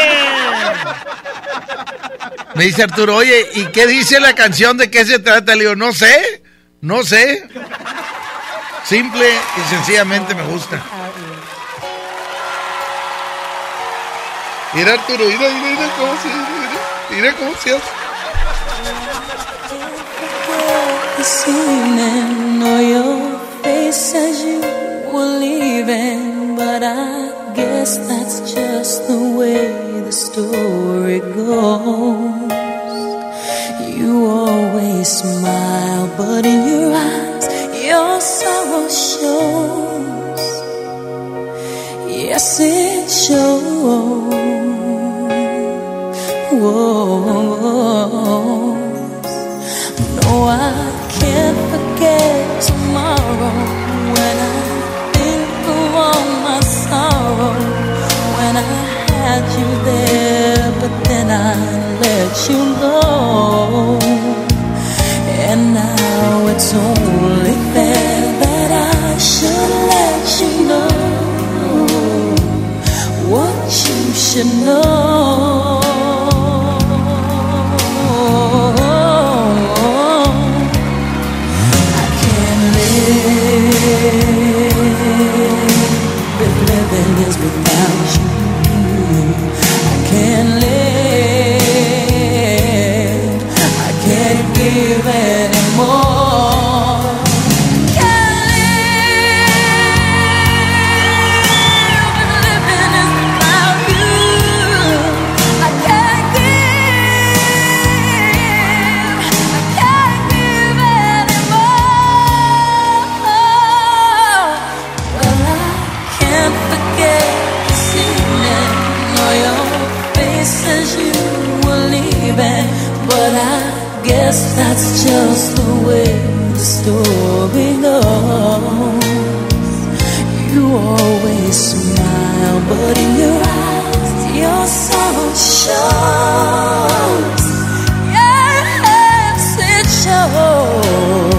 Me dice Arturo, oye, ¿y qué dice la canción? ¿De qué se trata? Le digo, no sé, no sé. Simple y sencillamente me gusta. Mira, Arturo, mira, mira, mira cómo se hace. Mira cómo se hace. This evening, know your face as you were leaving, but I guess that's just the way the story goes. You always smile, but in your eyes, your sorrow shows. Yes, it shows. Whoa. No, I can't forget tomorrow when I think of all my sorrow. When I had you there, but then I let you go. And now it's only fair that I should let you know what you should know. Without you, I can't live. I can't give anymore. Can't live. Living is without you. I guess that's just the way the story goes. You always smile, but in your eyes your sorrow shows. Yes, it shows.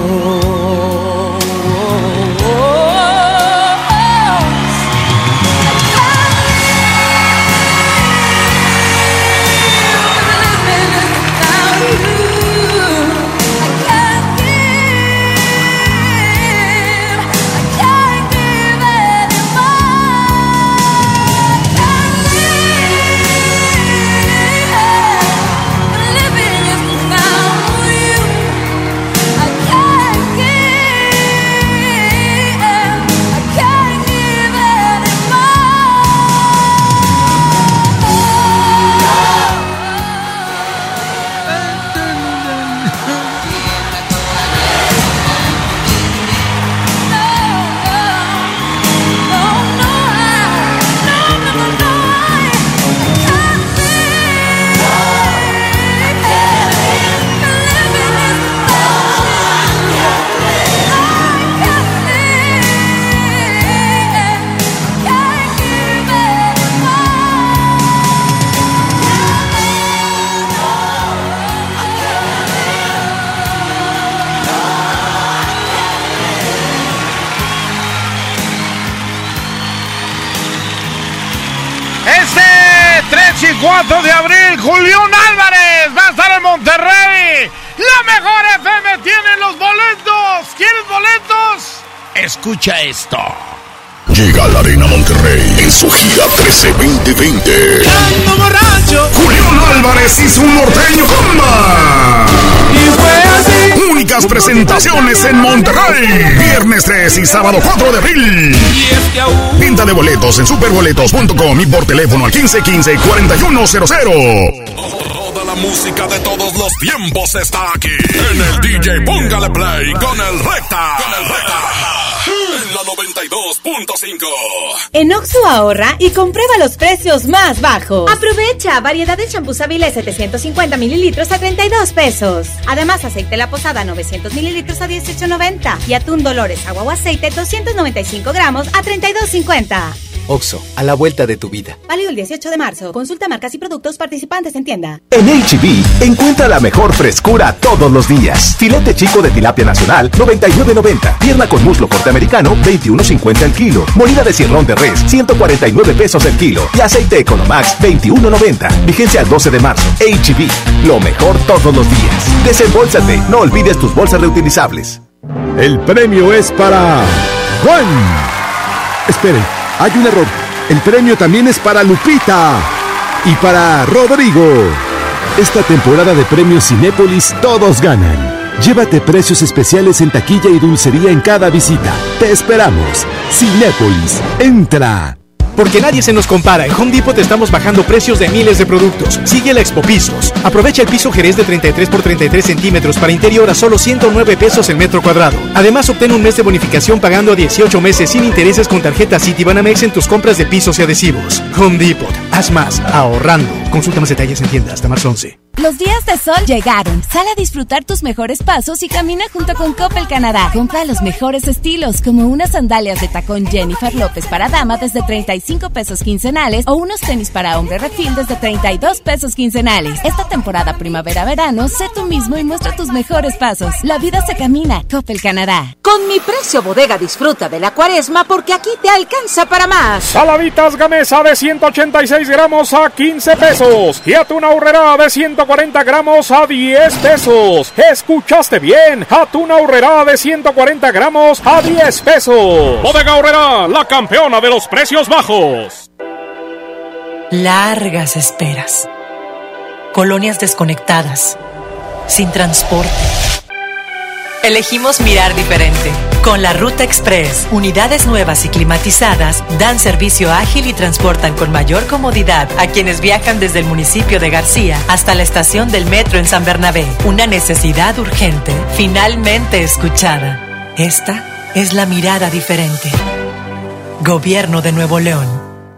cuatro de abril, Julián Álvarez va a estar en Monterrey. La mejor F M tiene los boletos. ¿Quieres boletos? Escucha esto. Llega a la Arena Monterrey en su gira trece veinte veinte. Ando borracho. Julián Álvarez y su norteño comba. Y fue así. Únicas presentaciones en Monterrey. Viernes tres y sábado cuatro de abril. Y es que aún... Venta de boletos en superboletos punto com y por teléfono al quince quince cuarenta y uno cero cero. Toda la música de todos los tiempos está aquí en el D J Póngale Play con el Recta. Con el Recta. En la noventa y dos punto cinco. En Oxxo ahorra y comprueba los precios más bajos. Aprovecha variedad de champús Avilés setecientos cincuenta mililitros a treinta y dos pesos. Además, aceite La Posada novecientos mililitros a dieciocho noventa y atún Dolores agua o aceite doscientos noventa y cinco gramos a treinta y dos cincuenta. Oxxo, a la vuelta de tu vida. Válido el dieciocho de marzo. Consulta marcas y productos participantes en tienda. En H E B, encuentra la mejor frescura todos los días. Filete chico de tilapia nacional, noventa y nueve noventa. Pierna con muslo norteamericano, veintiuno cincuenta el kilo. Molida de cirrón de res, ciento cuarenta y nueve pesos el kilo. Y aceite Economax, veintiuno noventa. Vigencia al doce de marzo. H E B, lo mejor todos los días. Desembolsate, no olvides tus bolsas reutilizables. El premio es para Juan. Esperen, hay un error. El premio también es para Lupita y para Rodrigo. Esta temporada de premios Cinépolis todos ganan. Llévate precios especiales en taquilla y dulcería en cada visita. Te esperamos. Cinépolis, entra. Porque nadie se nos compara. En Home Depot te estamos bajando precios de miles de productos. Sigue la Expo Pisos. Aprovecha el piso Jerez de treinta y tres por treinta y tres centímetros para interior a solo ciento nueve pesos el metro cuadrado. Además, obtén un mes de bonificación pagando a dieciocho meses sin intereses con tarjeta Citibanamex en tus compras de pisos y adhesivos. Home Depot. Haz más ahorrando. Consulta más detalles en tienda hasta marzo once. Los días de sol llegaron. Sal a disfrutar tus mejores pasos y camina junto con Coppel Canadá. Compra los mejores estilos, como unas sandalias de tacón Jennifer López para dama desde treinta y cinco pesos quincenales o unos tenis para hombre refil desde treinta y dos pesos quincenales. Esta temporada primavera-verano, sé tú mismo y muestra tus mejores pasos. La vida se camina. Coppel Canadá. Con mi precio bodega disfruta de la cuaresma porque aquí te alcanza para más. Saladitas Gamesa de ciento ochenta y seis gramos a quince pesos y atún Aurrerá de ciento cuarenta gramos a diez pesos. ¿Escuchaste bien? Atún Aurrerá de ciento cuarenta gramos a diez pesos. Bodega Aurrerá, la campeona de los precios bajos. Largas esperas. Colonias desconectadas. Sin transporte. Elegimos mirar diferente. Con la Ruta Express, unidades nuevas y climatizadas dan servicio ágil y transportan con mayor comodidad a quienes viajan desde el municipio de García hasta la estación del metro en San Bernabé. Una necesidad urgente, finalmente escuchada. Esta es la mirada diferente. Gobierno de Nuevo León.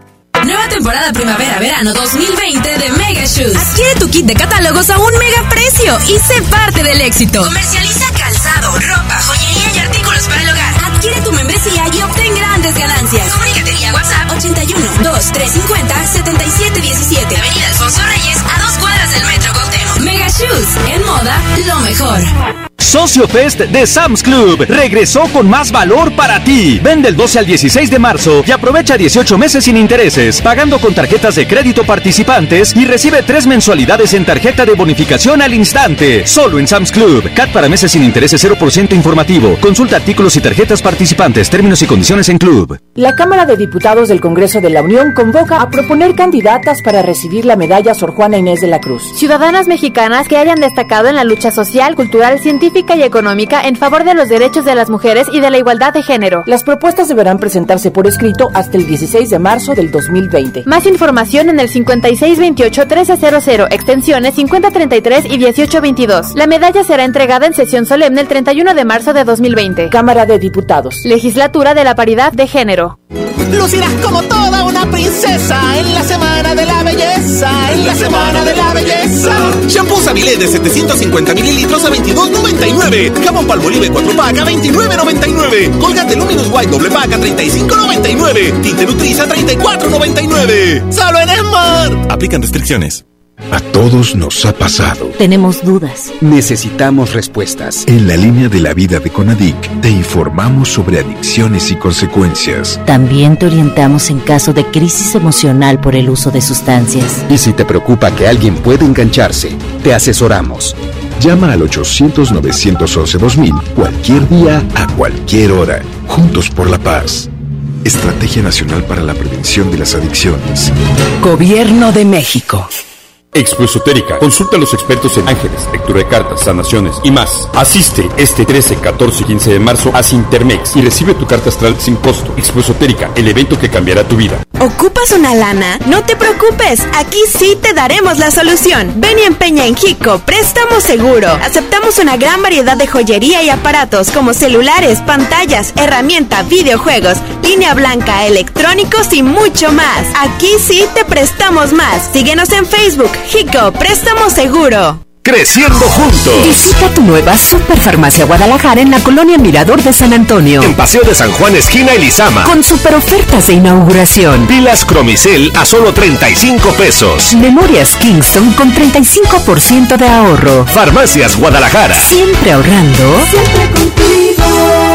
Nueva temporada primavera-verano dos mil veinte de Mega Shoes. Adquiere tu kit de catálogos a un mega precio y sé parte del éxito. Comercializa calzado, ropa, joyería y artículos para el hogar. Adquiere tu membresía y obtén grandes ganancias. Comunícate vía WhatsApp ochenta y uno, dos, trescientos cincuenta, setenta y siete diecisiete. Avenida Alfonso Reyes, a dos cuadras del Metro Cuauhtémoc. Mega Shoes, en moda, lo mejor. Socio Fest de Sam's Club regresó con más valor para ti. Ven del doce al dieciséis de marzo y aprovecha dieciocho meses sin intereses, pagando con tarjetas de crédito participantes y recibe tres mensualidades en tarjeta de bonificación al instante. Solo en Sam's Club. C A T para meses sin intereses cero por ciento informativo. Consulta artículos y tarjetas participantes, términos y condiciones en Club. La Cámara de Diputados del Congreso de la Unión convoca a proponer candidatas para recibir la medalla Sor Juana Inés de la Cruz. Ciudadanas mexicanas que hayan destacado en la lucha social, cultural, científica y económica en favor de los derechos de las mujeres y de la igualdad de género. Las propuestas deberán presentarse por escrito hasta el dieciséis de marzo del dos mil veinte. Más información en el cincuenta y seis veintiocho trece cero cero, extensiones cincuenta treinta y tres y dieciocho veintidós. La medalla será entregada en sesión solemne el treinta y uno de marzo de dos mil veinte. Cámara de Diputados. Legislatura de la Paridad de Género. Lucirás como toda una princesa en la semana de la belleza, en la semana de la belleza. Shampoo Savilé de setecientos cincuenta mililitros a veintidós noventa y nueve. Jabón Palmolive cuatro pack a veintinueve noventa y nueve. Colgate Luminous White doble pack a treinta y cinco noventa y nueve. Tinte Nutriza a treinta y cuatro noventa y nueve. ¡Solo en Esmar! Aplican restricciones. A todos nos ha pasado. Tenemos dudas. Necesitamos respuestas. En la línea de la vida de Conadic te informamos sobre adicciones y consecuencias. También te orientamos en caso de crisis emocional por el uso de sustancias. Y si te preocupa que alguien pueda engancharse, te asesoramos. Llama al ochocientos, novecientos once, dos mil cualquier día, a cualquier hora. Juntos por la paz. Estrategia Nacional para la Prevención de las Adicciones. Gobierno de México. Expo Esotérica. Consulta a los expertos en ángeles, lectura de cartas, sanaciones y más. Asiste este trece, catorce y quince de marzo a Sintermex y recibe tu carta astral sin costo. Expo Esotérica, el evento que cambiará tu vida. ¿Ocupas una lana? No te preocupes, aquí sí te daremos la solución. Ven y empeña en Hico Préstamo Seguro. Aceptamos una gran variedad de joyería y aparatos como celulares, pantallas, herramienta, videojuegos, línea blanca, electrónicos y mucho más. Aquí sí te prestamos más. Síguenos en Facebook, Hico Préstamo Seguro. Creciendo juntos. Visita tu nueva Superfarmacia Guadalajara en la colonia Mirador de San Antonio. En Paseo de San Juan, esquina Elizama. Con super ofertas de inauguración. Pilas Cromicel a solo treinta y cinco pesos. Memorias Kingston con treinta y cinco por ciento de ahorro. Farmacias Guadalajara. Siempre ahorrando. Siempre contigo.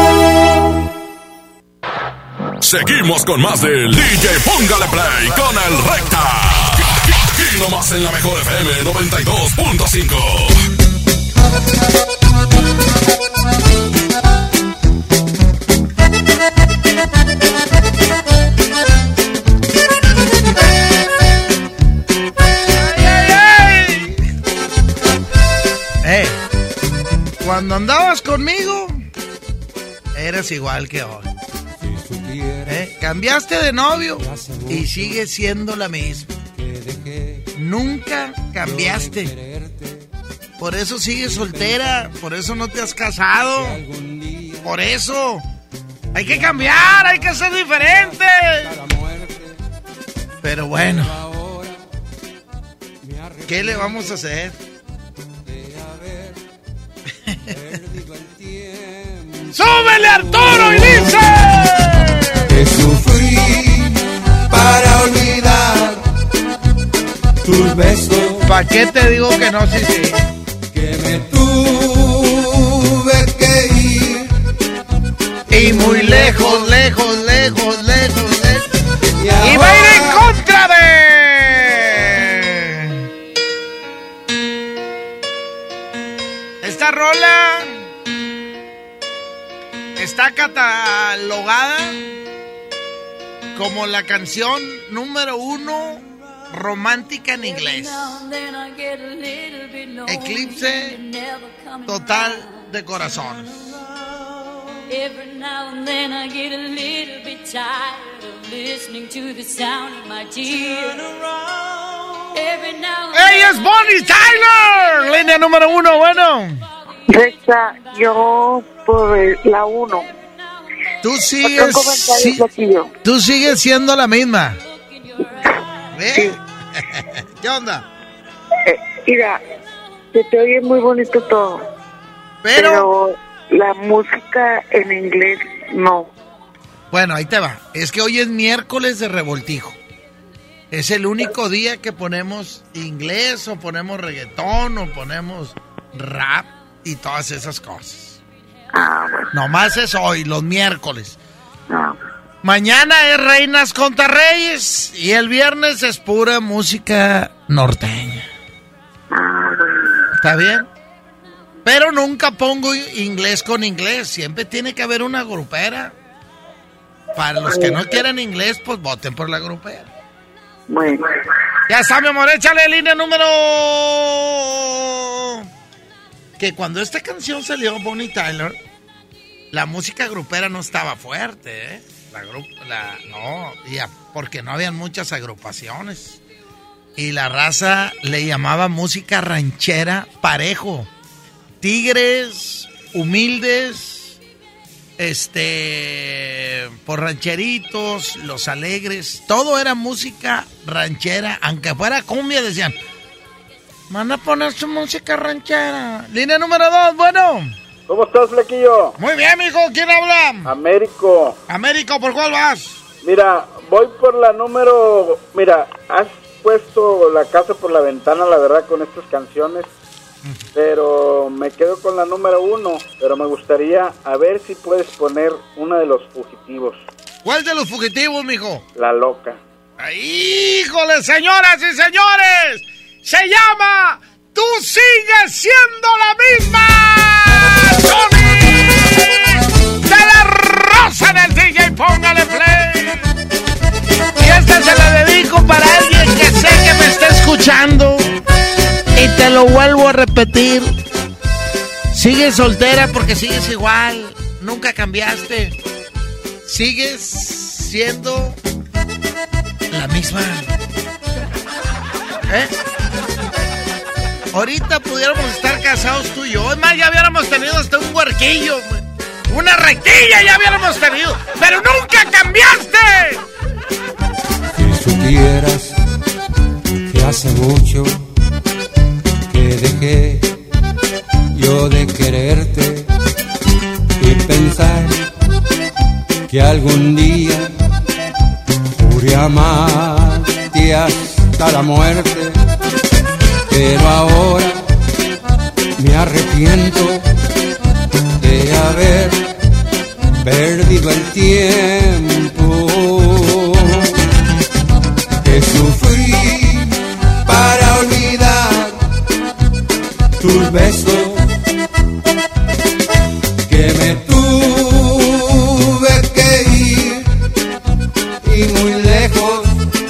Seguimos con más del D J Póngale Play con el Recta. Y nomás en la mejor F M noventa y dos punto cinco. Eh, cuando andabas conmigo, eras igual que hoy. Eh, cambiaste de novio y sigues siendo la misma. Nunca cambiaste. Por eso sigues soltera. Por eso no te has casado. Por eso hay que cambiar, hay que ser diferente. Pero bueno, ¿qué le vamos a hacer? ¡Súbele, Arturo! Y dice: que sufrí para olvidar tus besos. ¿Pa' qué te digo que no? Sí, sí. Que me tuve que ir. Y muy lejos, lejos, lejos, lejos, lejos. Y, y va a ir en contra de... Esta rola está catalogada como la canción número uno romántica en inglés. Eclipse total de corazones. Every now and then I get a little bit tired of listening to the sound of my tears. Every now and then. ¡Ella es Bonnie Tyler! Línea número uno, bueno. Recta, yo por la uno. Tú sigues, si, tú sigues siendo la misma. ¿Eh? Sí. ¿Qué onda? Eh, mira, se te oye muy bonito todo. Pero... pero la música en inglés no. Bueno, ahí te va. Es que hoy es miércoles de revoltijo. Es el único día que ponemos inglés o ponemos reggaetón o ponemos rap y todas esas cosas. Ah, bueno. Nomás es hoy, los miércoles. Ah. Mañana es Reinas contra Reyes y el viernes es pura música norteña. Ah, bueno. ¿Está bien? Pero nunca pongo inglés con inglés. Siempre tiene que haber una grupera. Para los que no quieran inglés, pues voten por la grupera. Bueno. Ya está, mi amor, échale línea número... Que cuando esta canción salió, Bonnie Tyler, la música grupera no estaba fuerte, ¿eh? La grup... la... No, ya, porque no habían muchas agrupaciones. Y la raza le llamaba música ranchera parejo. Tigres, humildes, este, por rancheritos, los alegres, todo era música ranchera, aunque fuera cumbia, decían, van a poner su música ranchera. Línea número dos, bueno. ¿Cómo estás, Flequillo? Muy bien, mijo, ¿quién habla? Américo. Américo, ¿por cuál vas? Mira, voy por la número, mira, has puesto la casa por la ventana, la verdad, con estas canciones. Pero me quedo con la número uno. Pero me gustaría a ver si puedes poner una de los fugitivos. ¿Cuál de los fugitivos, mijo? La loca. ¡Híjole, señoras y señores! ¡Se llama Tú sigues siendo la misma! ¡Tony! ¡De la Rosa del D J! ¡Póngale play! Y esta se la dedico para alguien que sé que me está escuchando. Y te lo vuelvo a repetir. Sigues soltera porque sigues igual. Nunca cambiaste. Sigues siendo la misma. ¿Eh? Ahorita pudiéramos estar casados tú y yo. Es más, ya hubiéramos tenido hasta un huerquillo. Una rectilla ya hubiéramos tenido. Pero nunca cambiaste. Si supieras que hace mucho dejé yo de quererte y pensar que algún día juré amarte hasta la muerte, pero ahora me arrepiento de haber perdido el tiempo que sufrí para olvidar tus besos, que me tuve que ir y muy lejos,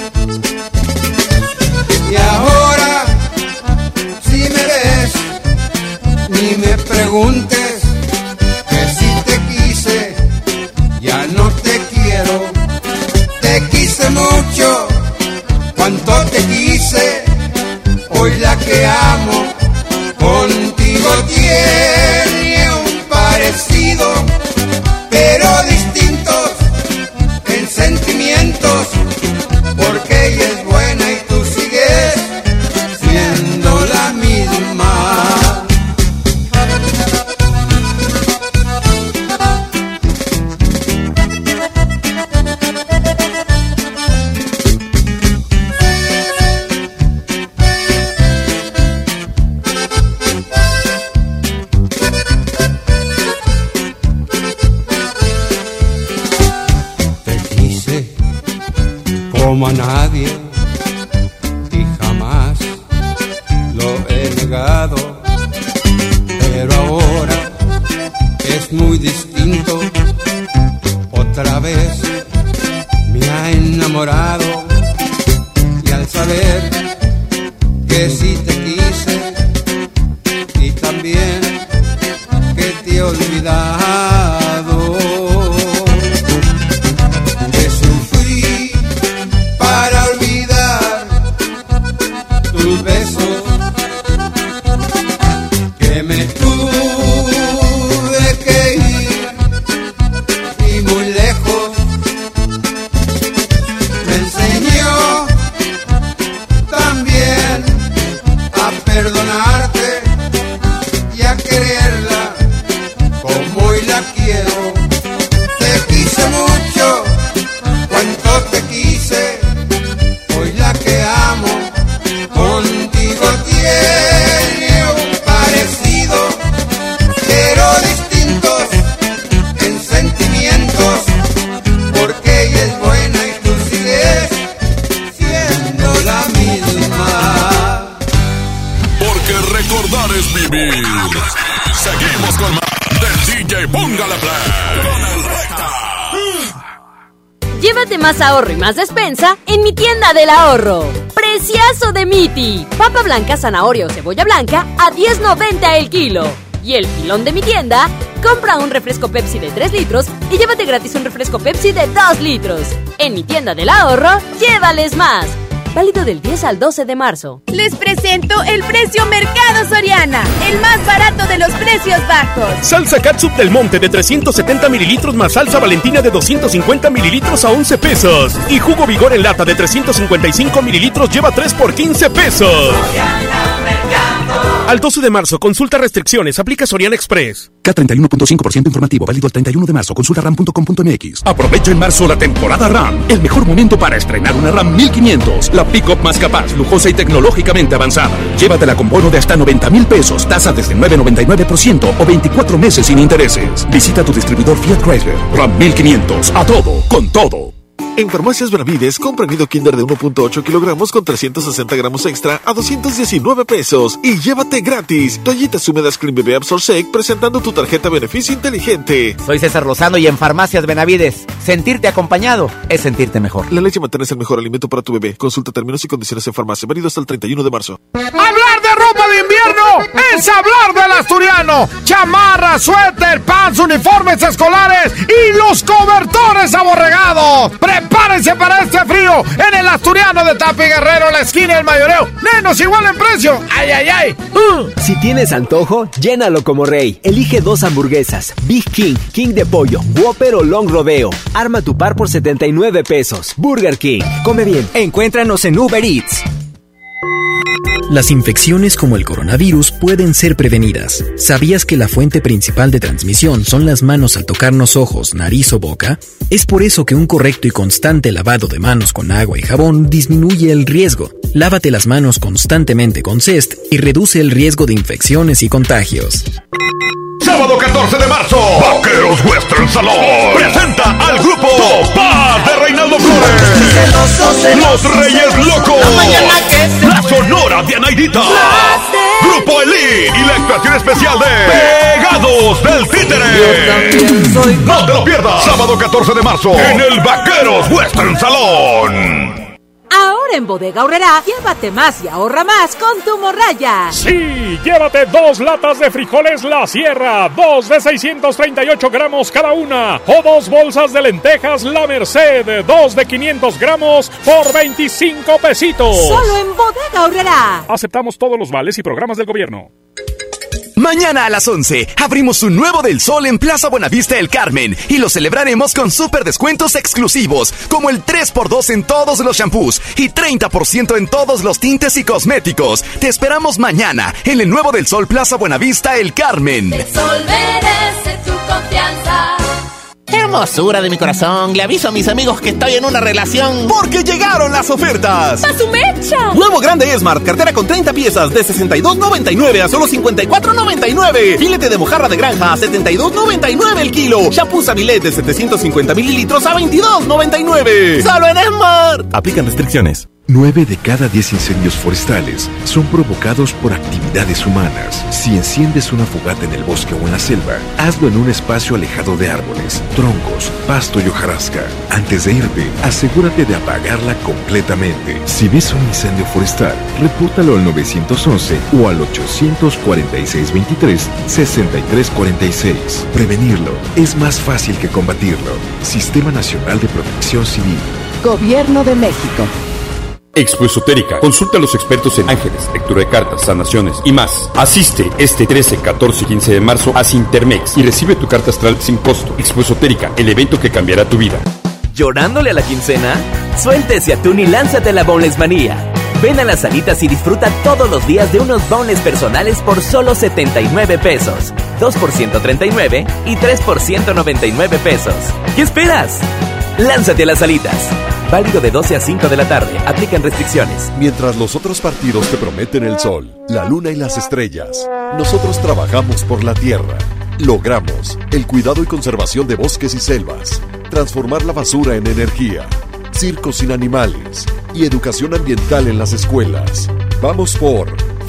y ahora si me ves ni me preguntes que si te quise ya no te quiero, te quise mucho, cuánto te quise, hoy la que amo contigo tiene un parecido, pero distintos en sentimientos, porque ella es buena y tú sigues siendo la misma. Como a nadie y jamás lo he negado, pero ahora es muy distinto, otra vez me ha enamorado, y al saber que sí te quise y también que te he olvidado, que sufrí para olvidar tus besos, que me tuve que ir y muy lejos, me enseñó recibir. Seguimos con más del D J Póngale Play con el Recta. Llévate más ahorro y más despensa en mi tienda del ahorro. ¡Preciazo de Miti! Papa blanca, zanahoria o cebolla blanca a diez noventa el kilo. Y el pilón de mi tienda, compra un refresco Pepsi de tres litros y llévate gratis un refresco Pepsi de dos litros. En mi tienda del ahorro, llévales más. Válido del diez al doce de marzo. Les presento el precio Mercado Soriana, el más barato de los precios bajos. Salsa Catsup del Monte de trescientos setenta mililitros más salsa Valentina de doscientos cincuenta mililitros a once pesos. Y jugo Vigor en lata de trescientos cincuenta y cinco mililitros lleva tres por quince pesos. Al doce de marzo, consulta restricciones, aplica Soriana Express. K treinta y uno punto cinco por ciento informativo, válido el treinta y uno de marzo. Consulta ram punto com punto m x. Aprovecha en marzo la temporada RAM. El mejor momento para estrenar una RAM mil quinientos. La pick-up más capaz, lujosa y tecnológicamente avanzada. Llévatela con bono de hasta noventa mil pesos, tasa desde nueve punto noventa y nueve por ciento o veinticuatro meses sin intereses. Visita tu distribuidor Fiat Chrysler. RAM mil quinientos. A todo, con todo. En Farmacias Benavides, compra nido Kinder de uno punto ocho kilogramos con trescientos sesenta gramos extra a doscientos diecinueve pesos. Y llévate gratis toallitas húmedas Clean Bebé Absorsec presentando tu tarjeta beneficio inteligente. Soy César Lozano y en Farmacias Benavides, sentirte acompañado es sentirte mejor. La leche materna es el mejor alimento para tu bebé. Consulta términos y condiciones en farmacia. Válido hasta el treinta y uno de marzo. Hablar de ropa de invierno es hablar del asturiano. Chamarra, suéter, pants, uniformes escolares y los cobertores aborregados. Prepárense para este frío en el Asturiano de Tapi Guerrero, la esquina del Mayoreo. Menos igual en precio. ¡Ay, ay, ay! Uh. Si tienes antojo, llénalo como rey. Elige dos hamburguesas, Big King, King de pollo, Whopper o Long Rodeo. Arma tu par por setenta y nueve pesos. Burger King. Come bien. Encuéntranos en Uber Eats. Las infecciones como el coronavirus pueden ser prevenidas. ¿Sabías que la fuente principal de transmisión son las manos al tocarnos ojos, nariz o boca? Es por eso que un correcto y constante lavado de manos con agua y jabón disminuye el riesgo. Lávate las manos constantemente con Zest y reduce el riesgo de infecciones y contagios. Sábado catorce de marzo, Vaqueros Western Salón presenta al grupo Topaz de Reinaldo Flores. Los Reyes Locos. La Sonora de Anaidita. Grupo Elite y la actuación especial de Pegados del Títere. No te lo pierdas. Sábado catorce de marzo en el Vaqueros Western Salón. Ahora en Bodega Aurrerá, llévate más y ahorra más con tu morralla. Sí, llévate dos latas de frijoles La Sierra, dos de seiscientos treinta y ocho gramos cada una, o dos bolsas de lentejas La Merced, dos de quinientos gramos por veinticinco pesitos. Solo en Bodega Aurrerá. Aceptamos todos los vales y programas del gobierno. Mañana a las once abrimos un nuevo del Sol en Plaza Buenavista El Carmen y lo celebraremos con súper descuentos exclusivos como el tres por dos en todos los shampoos y treinta por ciento en todos los tintes y cosméticos. Te esperamos mañana en el nuevo del Sol Plaza Buenavista El Carmen. El sol merece tu confianza. Hermosura de mi corazón, le aviso a mis amigos que estoy en una relación. Porque llegaron las ofertas. ¡A su mecha! Nuevo grande Esmart, cartera con treinta piezas de sesenta y dos noventa y nueve a solo cincuenta y cuatro noventa y nueve. Filete de mojarra de granja a setenta y dos noventa y nueve el kilo. Shampoo Sabilet de setecientos cincuenta mililitros a veintidós noventa y nueve. ¡Solo en Esmart! Aplican restricciones. Nueve de cada diez incendios forestales son provocados por actividades humanas. Si enciendes una fogata en el bosque o en la selva, hazlo en un espacio alejado de árboles, troncos, pasto y hojarasca. Antes de irte, asegúrate de apagarla completamente. Si ves un incendio forestal, repórtalo al nueve once o al ochocientos cuarenta y seis veintitrés sesenta y tres cuarenta y seis. Prevenirlo es más fácil que combatirlo. Sistema Nacional de Protección Civil. Gobierno de México. Expo Esotérica. Consulta a los expertos en ángeles, lectura de cartas, sanaciones y más. Asiste este trece, catorce y quince de marzo a Sintermex y recibe tu carta astral sin costo. Expo Esotérica, el evento que cambiará tu vida. ¿Llorándole a la quincena? Suelta ese atún y lánzate a la Boneless Manía. Ven a las salitas y disfruta todos los días de unos boneless personales por solo setenta y nueve pesos. dos por ciento treinta y nueve y tres por ciento noventa y nueve pesos. ¿Qué esperas? Lánzate a las salitas. Válido de doce a cinco de la tarde. Aplican restricciones. Mientras los otros partidos te prometen el sol, la luna y las estrellas, nosotros trabajamos por la tierra. Logramos el cuidado y conservación de bosques y selvas, transformar la basura en energía, circos sin animales y educación ambiental en las escuelas. Vamos por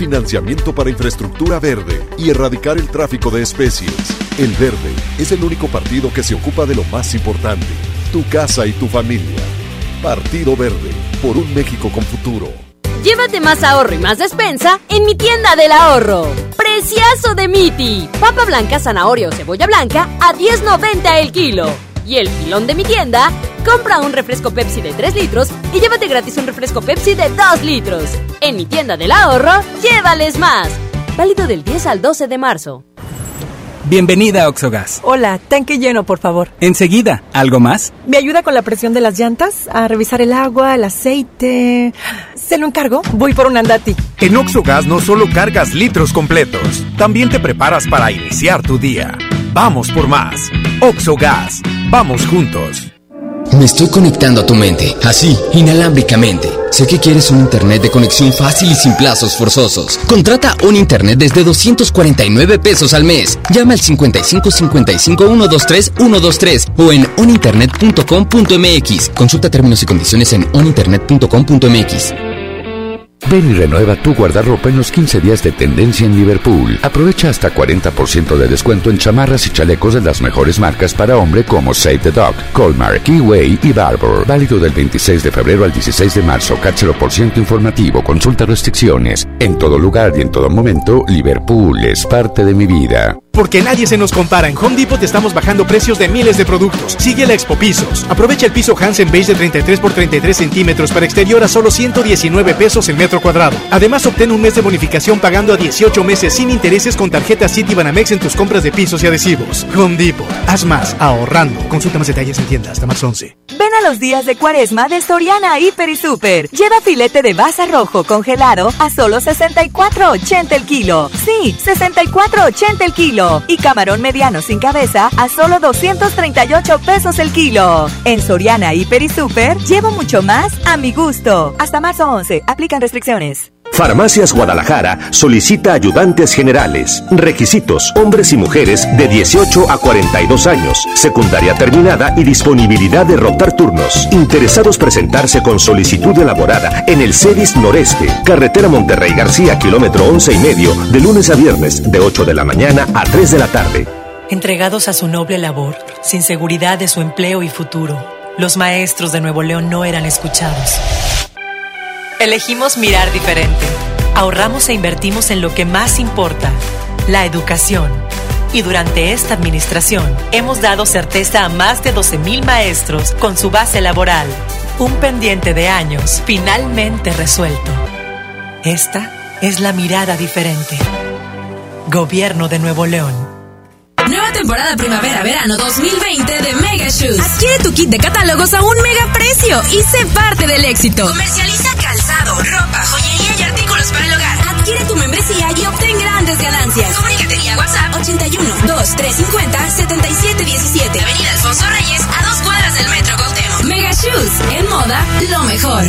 financiamiento para infraestructura verde y erradicar el tráfico de especies. El Verde es el único partido que se ocupa de lo más importante, tu casa y tu familia. Partido Verde, por un México con futuro. Llévate más ahorro y más despensa en mi tienda del ahorro. ¡Preciazo de Miti! Papa blanca, zanahoria o cebolla blanca a diez noventa el kilo. Y el pilón de mi tienda, compra un refresco Pepsi de tres litros y llévate gratis un refresco Pepsi de dos litros. En mi tienda del ahorro, llévales más. Válido del diez al doce de marzo. Bienvenida a Oxogas. Hola, tanque lleno, por favor. Enseguida, ¿algo más? ¿Me ayuda con la presión de las llantas? A revisar el agua, el aceite... ¿Se lo encargo? Voy por un Andati. En Oxogas no solo cargas litros completos, también te preparas para iniciar tu día. Vamos por más. Oxogas. Vamos juntos. Me estoy conectando a tu mente, así, inalámbricamente. Sé que quieres un internet de conexión fácil y sin plazos forzosos. Contrata un internet desde doscientos cuarenta y nueve pesos al mes. Llama al cincuenta y cinco cincuenta y cinco ciento veintitrés ciento veintitrés o en oninternet punto com punto m x. Consulta términos y condiciones en oninternet punto com punto m x. Ven y renueva tu guardarropa en los quince días de tendencia en Liverpool. Aprovecha hasta cuarenta por ciento de descuento en chamarras y chalecos de las mejores marcas para hombre como Save the Dog, Colmar, Keyway y Barbour. Válido del veintiséis de febrero al dieciséis de marzo. Cat cero por ciento informativo. Consulta restricciones. En todo lugar y en todo momento, Liverpool es parte de mi vida. Porque nadie se nos compara, en Home Depot te estamos bajando precios de miles de productos. Sigue la Expo Pisos. Aprovecha el piso Hansen Beige de treinta y tres por treinta y tres centímetros para exterior a solo ciento diecinueve pesos el metro cuadrado. Además, obtén un mes de bonificación pagando a dieciocho meses sin intereses con tarjeta Citibanamex en tus compras de pisos y adhesivos. Home Depot. Haz más, ahorrando. Consulta más detalles en tienda hasta marzo once. Ven a los días de Cuaresma de Soriana Hiper y Super. Lleva filete de basa rojo congelado a solo sesenta y cuatro ochenta el kilo. Sí, sesenta y cuatro ochenta el kilo. Y camarón mediano sin cabeza a solo doscientos treinta y ocho pesos el kilo. En Soriana Hiper y Super llevo mucho más a mi gusto. Hasta marzo once. Aplican restricciones. Farmacias Guadalajara solicita ayudantes generales. Requisitos: hombres y mujeres de dieciocho a cuarenta y dos años, secundaria terminada y disponibilidad de rotar turnos. Interesados presentarse con solicitud elaborada en el CEDIS Noreste, carretera Monterrey García, kilómetro once y medio, de lunes a viernes, de ocho de la mañana a tres de la tarde. Entregados a su noble labor, sin seguridad de su empleo y futuro, los maestros de Nuevo León no eran escuchados. Elegimos mirar diferente. Ahorramos e invertimos en lo que más importa, la educación. Y durante esta administración hemos dado certeza a más de doce mil maestros con su base laboral. Un pendiente de años finalmente resuelto. Esta es la mirada diferente. Gobierno de Nuevo León. Nueva temporada primavera-verano dos mil veinte de Mega Shoes. Adquiere tu kit de catálogos a un mega precio y sé parte del éxito. Comercializa calzado, ropa, joyería y artículos para el hogar. Adquiere tu membresía y obtén grandes ganancias. Comunícate vía WhatsApp ochenta y uno, dos, tres cincuenta, setenta y siete diecisiete. Avenida Alfonso Reyes, a dos cuadras del Metro Cuauhtémoc. Mega Shoes, en moda, lo mejor.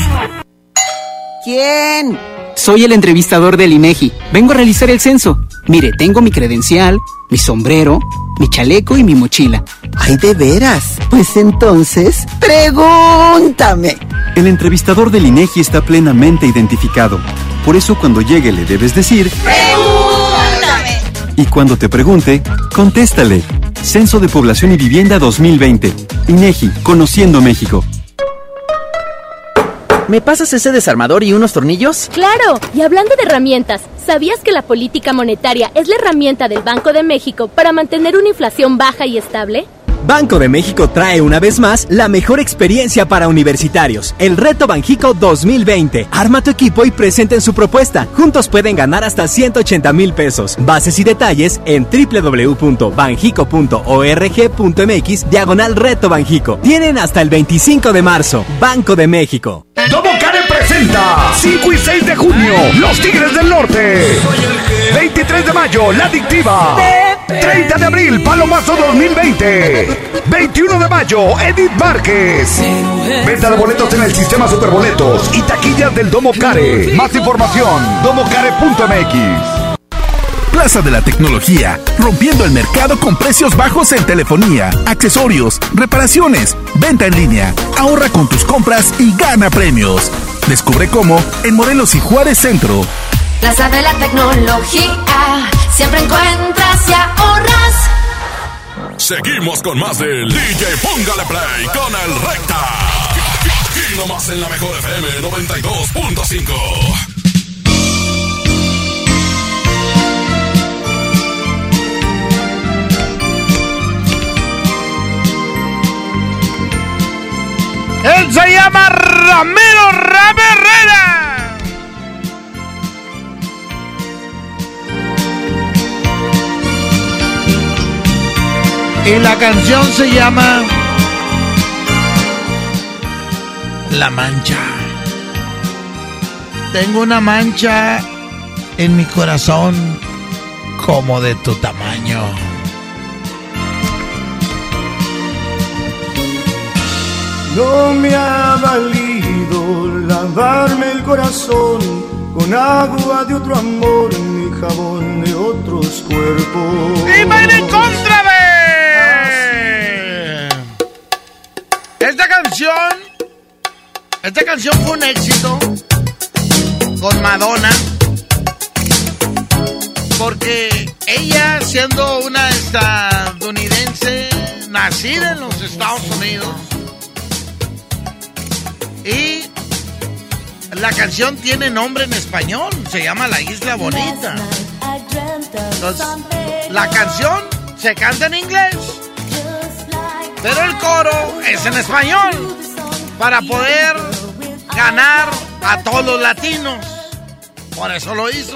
¿Quién? Soy el entrevistador del INEGI. Vengo a realizar el censo. Mire, tengo mi credencial, mi sombrero, mi chaleco y mi mochila. Ay, ¿de veras? Pues entonces, pregúntame. El entrevistador del INEGI está plenamente identificado. Por eso cuando llegue le debes decir... ¡Pregúntame! Y cuando te pregunte, contéstale. Censo de Población y Vivienda dos mil veinte. INEGI, Conociendo México. ¿Me pasas ese desarmador y unos tornillos? ¡Claro! Y hablando de herramientas, ¿sabías que la política monetaria es la herramienta del Banco de México para mantener una inflación baja y estable? Banco de México trae una vez más la mejor experiencia para universitarios, el Reto Banjico dos mil veinte. Arma tu equipo y presenten su propuesta. Juntos pueden ganar hasta ciento ochenta mil pesos. Bases y detalles en doble u doble u doble u punto banjico punto org punto m x diagonal Reto Banjico. Tienen hasta el veinticinco de marzo. Banco de México. Domo Care presenta cinco y seis de junio Los Tigres del Norte. veintitrés de mayo La Adictiva. treinta de abril Palomazo dos mil veinte. veintiuno de mayo Edith Márquez. Venta de boletos en el sistema Superboletos y taquillas del Domo Care. Más información domo care punto m x. Plaza de la Tecnología, rompiendo el mercado con precios bajos en telefonía, accesorios, reparaciones, venta en línea. Ahorra con tus compras y gana premios. Descubre cómo en Morelos y Juárez Centro. Plaza de la Tecnología, siempre encuentras y ahorras. Seguimos con más del D J Póngale Play con el Recta. Y nomás en la mejor F M noventa y dos punto cinco. Él se llama Ramiro Herrera. Y la canción se llama La Mancha. Tengo una mancha en mi corazón como de tu tamaño. No me ha valido lavarme el corazón con agua de otro amor ni jabón de otros cuerpos. ¡Y va en contra de! Esta canción, esta canción fue un éxito con Madonna, porque ella, siendo una estadounidense nacida en los Estados Unidos, y la canción tiene nombre en español, se llama La Isla Bonita. Entonces, la canción se canta en inglés, pero el coro es en español, para poder ganar a todos los latinos. Por eso lo hizo.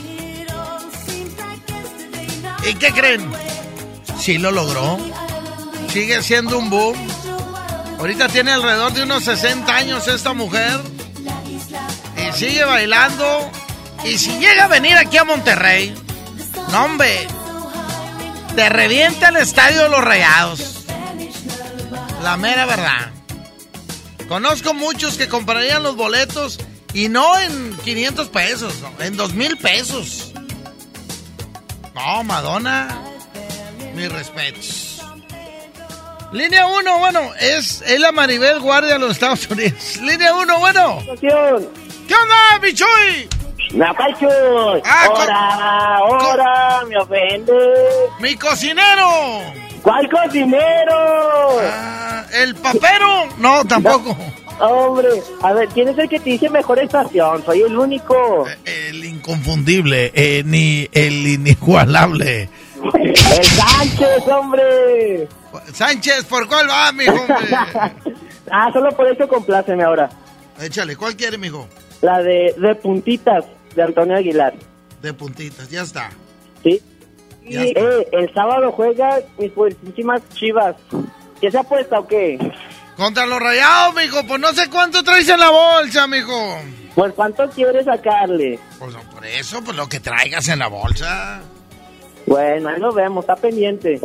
¿Y qué creen? Sí lo logró. Sigue siendo un boom. Ahorita tiene alrededor de unos sesenta años esta mujer. Y sigue bailando. Y si llega a venir aquí a Monterrey, no hombre, te revienta el estadio de los Rayados. La mera verdad. Conozco muchos que comprarían los boletos y no en quinientos pesos, no, en dos mil pesos. No, Madonna, mis respetos. Línea uno, bueno, es, es la Maribel Guardia de los Estados Unidos. Línea uno, bueno. ¿Qué onda, Bichuy? Napacho, ah, ahora, ahora, me ofende. Mi cocinero. ¿Cuál cocinero? Ah, el papero. No, tampoco. No, hombre, a ver, ¿quién es el que te dice mejor estación? Soy el único. El inconfundible, eh, ni el inigualable. El Sánchez, hombre. Sánchez, ¿por cuál va, mijo? Ah, solo por eso compláceme ahora. Échale, ¿cuál quiere, mijo? La de, de puntitas, de Antonio Aguilar. De puntitas, ya está. Sí. Y eh, el sábado juega mis poderosísimas Chivas. ¿Qué se apuesta o qué? Contra los Rayados, mijo. Pues no sé cuánto traes en la bolsa, mijo. Pues cuánto quieres sacarle. Pues por eso, pues lo que traigas en la bolsa. Bueno, ahí lo vemos, está pendiente.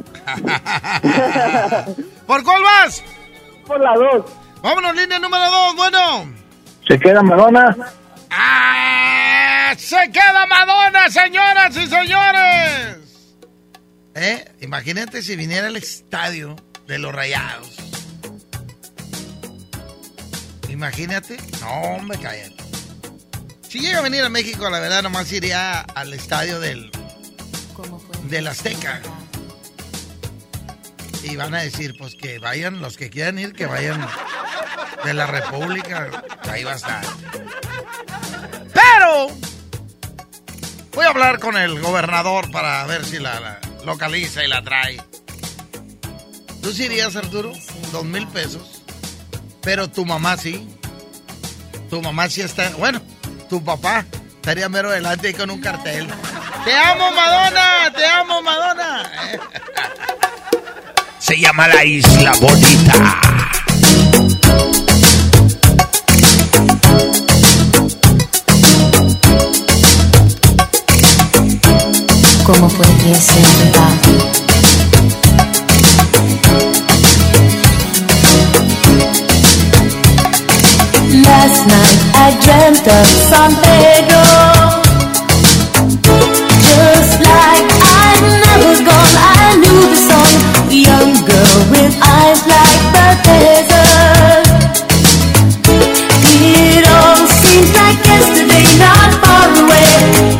¿Por cuál vas? Por la dos. Vámonos, línea número dos, bueno. ¿Se queda Madonna? ¡Ah! ¡Se queda Madonna, señoras y señores! ¿Eh? Imagínate si viniera al estadio de los Rayados. Imagínate. No, hombre, cállate. Si llega a venir a México, la verdad, nomás iría al estadio del... del Azteca. Y van a decir, pues que vayan, los que quieran ir, que vayan de la República. Ahí va a estar. Pero voy a hablar con el gobernador para ver si la, la localiza y la trae. ¿Tú sí irías, Arturo? Dos mil pesos. Pero tu mamá sí. Tu mamá sí está... Bueno, tu papá estaría mero adelante ahí con un cartel. ¡Te amo, Madonna! ¡Te amo, Madonna! Se llama La Isla Bonita. ¿Cómo fue que se va? Last night I dreamt of San Pedro, just like I'd never gone. I knew the song, a young girl with eyes like the desert. It all seems like yesterday, not far away.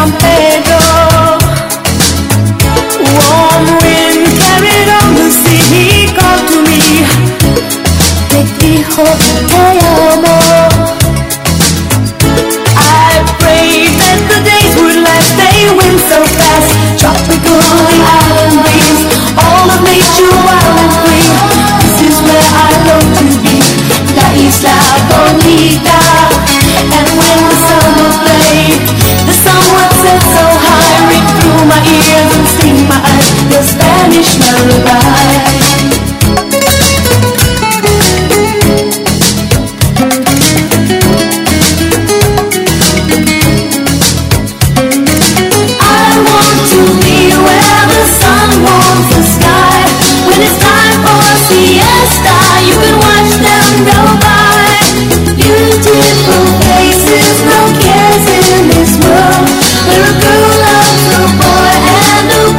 San Pedro. Warm wind carried on the sea, he called to me. Me dijo te amo. I prayed that the days would last, they went so fast. Tropical island breeze, all of nature wild and free. This is where I long to be, La Isla Bonita. And when the sun will play, the sun would set so high, ring through my ears and sting my eyes, the Spanish lullaby. You can watch them go by. Beautiful faces, no cares in this world. Where a girl loves a boy and a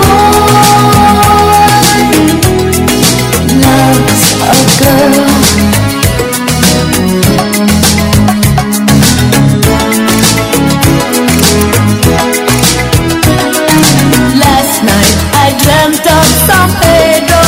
boy loves a girl. Last night I dreamt of San Pedro.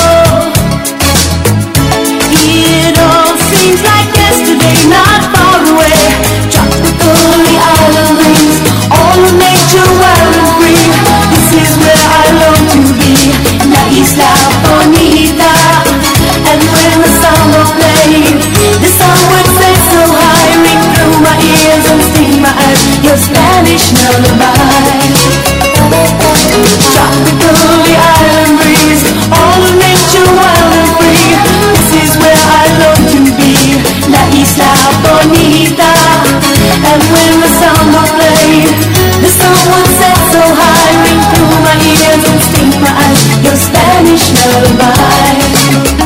It all seems like yesterday, not far away. Tropical island breeze, all of nature wild and free. This is where I long to be, La Isla Bonita. And when the sun will play, the sun would set so high, ring through my ears and sting my eyes, your Spanish lullaby. Tropical island breeze, all of nature wild and free. This is where I long to be, La Isla Bonita. And when the sun will play, the sun would set so high, ring through my ears and sting my eyes, your Spanish lullaby.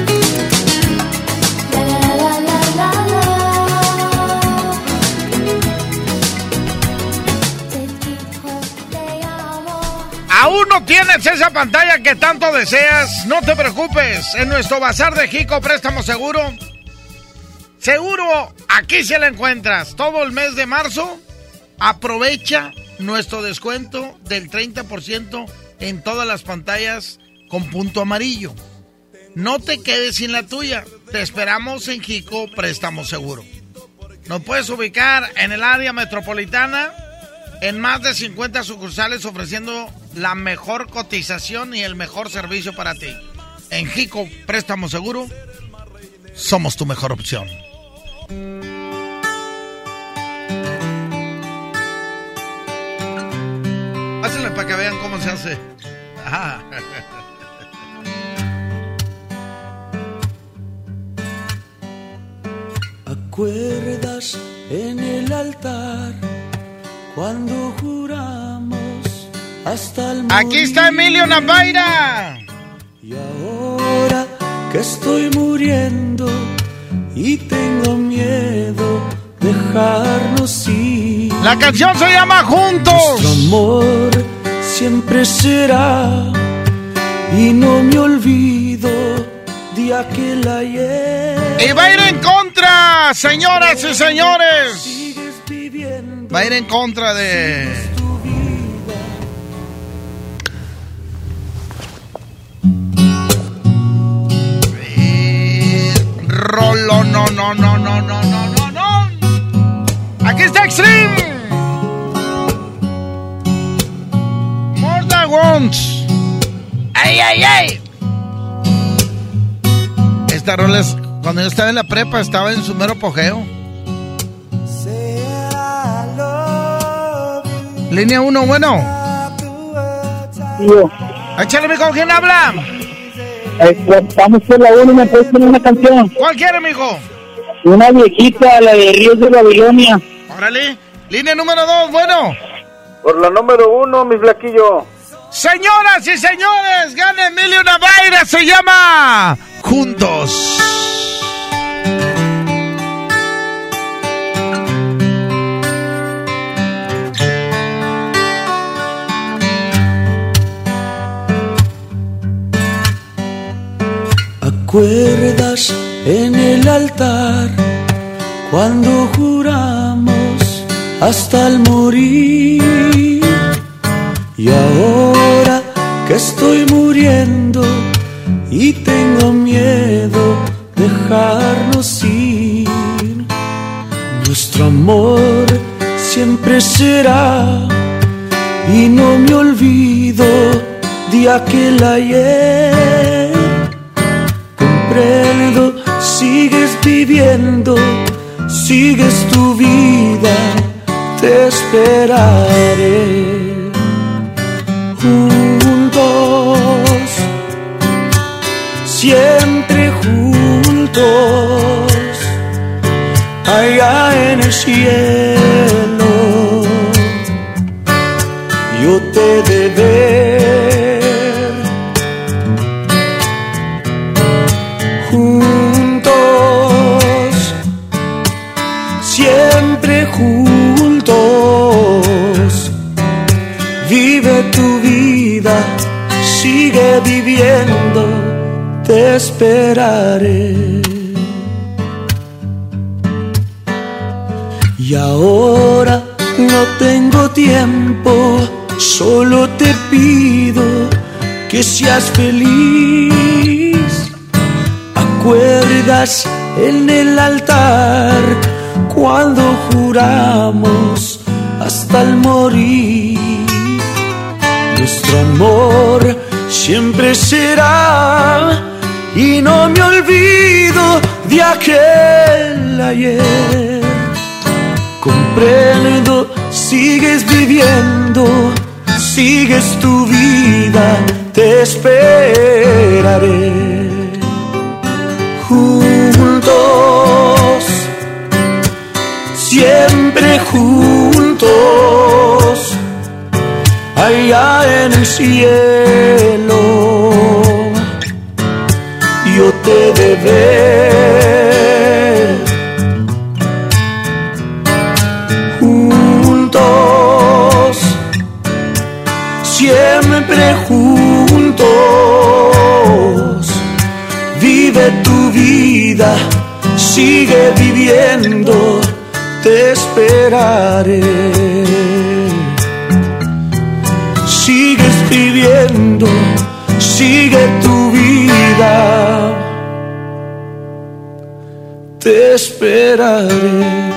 ¿Aún no tienes esa pantalla que tanto deseas? No te preocupes, en nuestro bazar de Jico Préstamo Seguro, seguro aquí se la encuentras. Todo el mes de marzo, aprovecha nuestro descuento del treinta por ciento en todas las pantallas con punto amarillo. No te quedes sin la tuya, te esperamos en Jico Préstamo Seguro. Nos puedes ubicar en el área metropolitana, en más de cincuenta sucursales, ofreciendo la mejor cotización y el mejor servicio para ti. En Jico Préstamo Seguro, somos tu mejor opción. Hácenle para que vean cómo se hace. Ah. ¿Acuerdas en el altar cuando juramos hasta el morir? Aquí está Emilio Navaira. Y ahora que estoy muriendo y tengo miedo, dejarnos ir. La canción se llama Juntos. Nuestro amor siempre será, y no me olvido de aquel ayer. Y va a ir en contra, señoras y señores. Va a ir en contra de... Rolo, no, no, no, no, no, no, no, no. Aquí está Extreme. More than once. ¡Ay, ay, ay! Esta rola es... Cuando yo estaba en la prepa, estaba en su mero apogeo. Línea uno, bueno. Yo. Échale, mijo, ¿quién habla? Eh, vamos por la uno, ¿me puedes poner una canción? ¿Cuál quiere, mijo? Una viejita, la de Ríos de Babilonia. Órale. Línea número dos, bueno. Por la número uno, mi flaquillo. Señoras y señores, gana Emilio Navaira, se llama Juntos. ¿Acuerdas en el altar cuando juramos hasta el morir? Y ahora que estoy muriendo y tengo miedo dejarnos ir, nuestro amor siempre será, y no me olvido de aquel ayer. Comprendo, sigues viviendo, sigues tu vida, te esperaré. Juntos, siempre juntos, allá en el cielo, yo te he de ver. Juntos, siempre juntos, vive tu vida, sigue viviendo, te esperaré. Y ahora no tengo tiempo, solo te pido que seas feliz. ¿Acuerdas en el altar cuando juramos hasta el morir? Nuestro amor siempre será, y no me olvido de aquel ayer. Comprendo, sigues viviendo, sigues tu vida, te esperaré. Juntos, siempre juntos, allá en el cielo, yo te he de ver. Juntos, siempre juntos, vive tu vida, sigue viviendo, te esperaré. Sigues viviendo, sigue tu vida, te esperaré.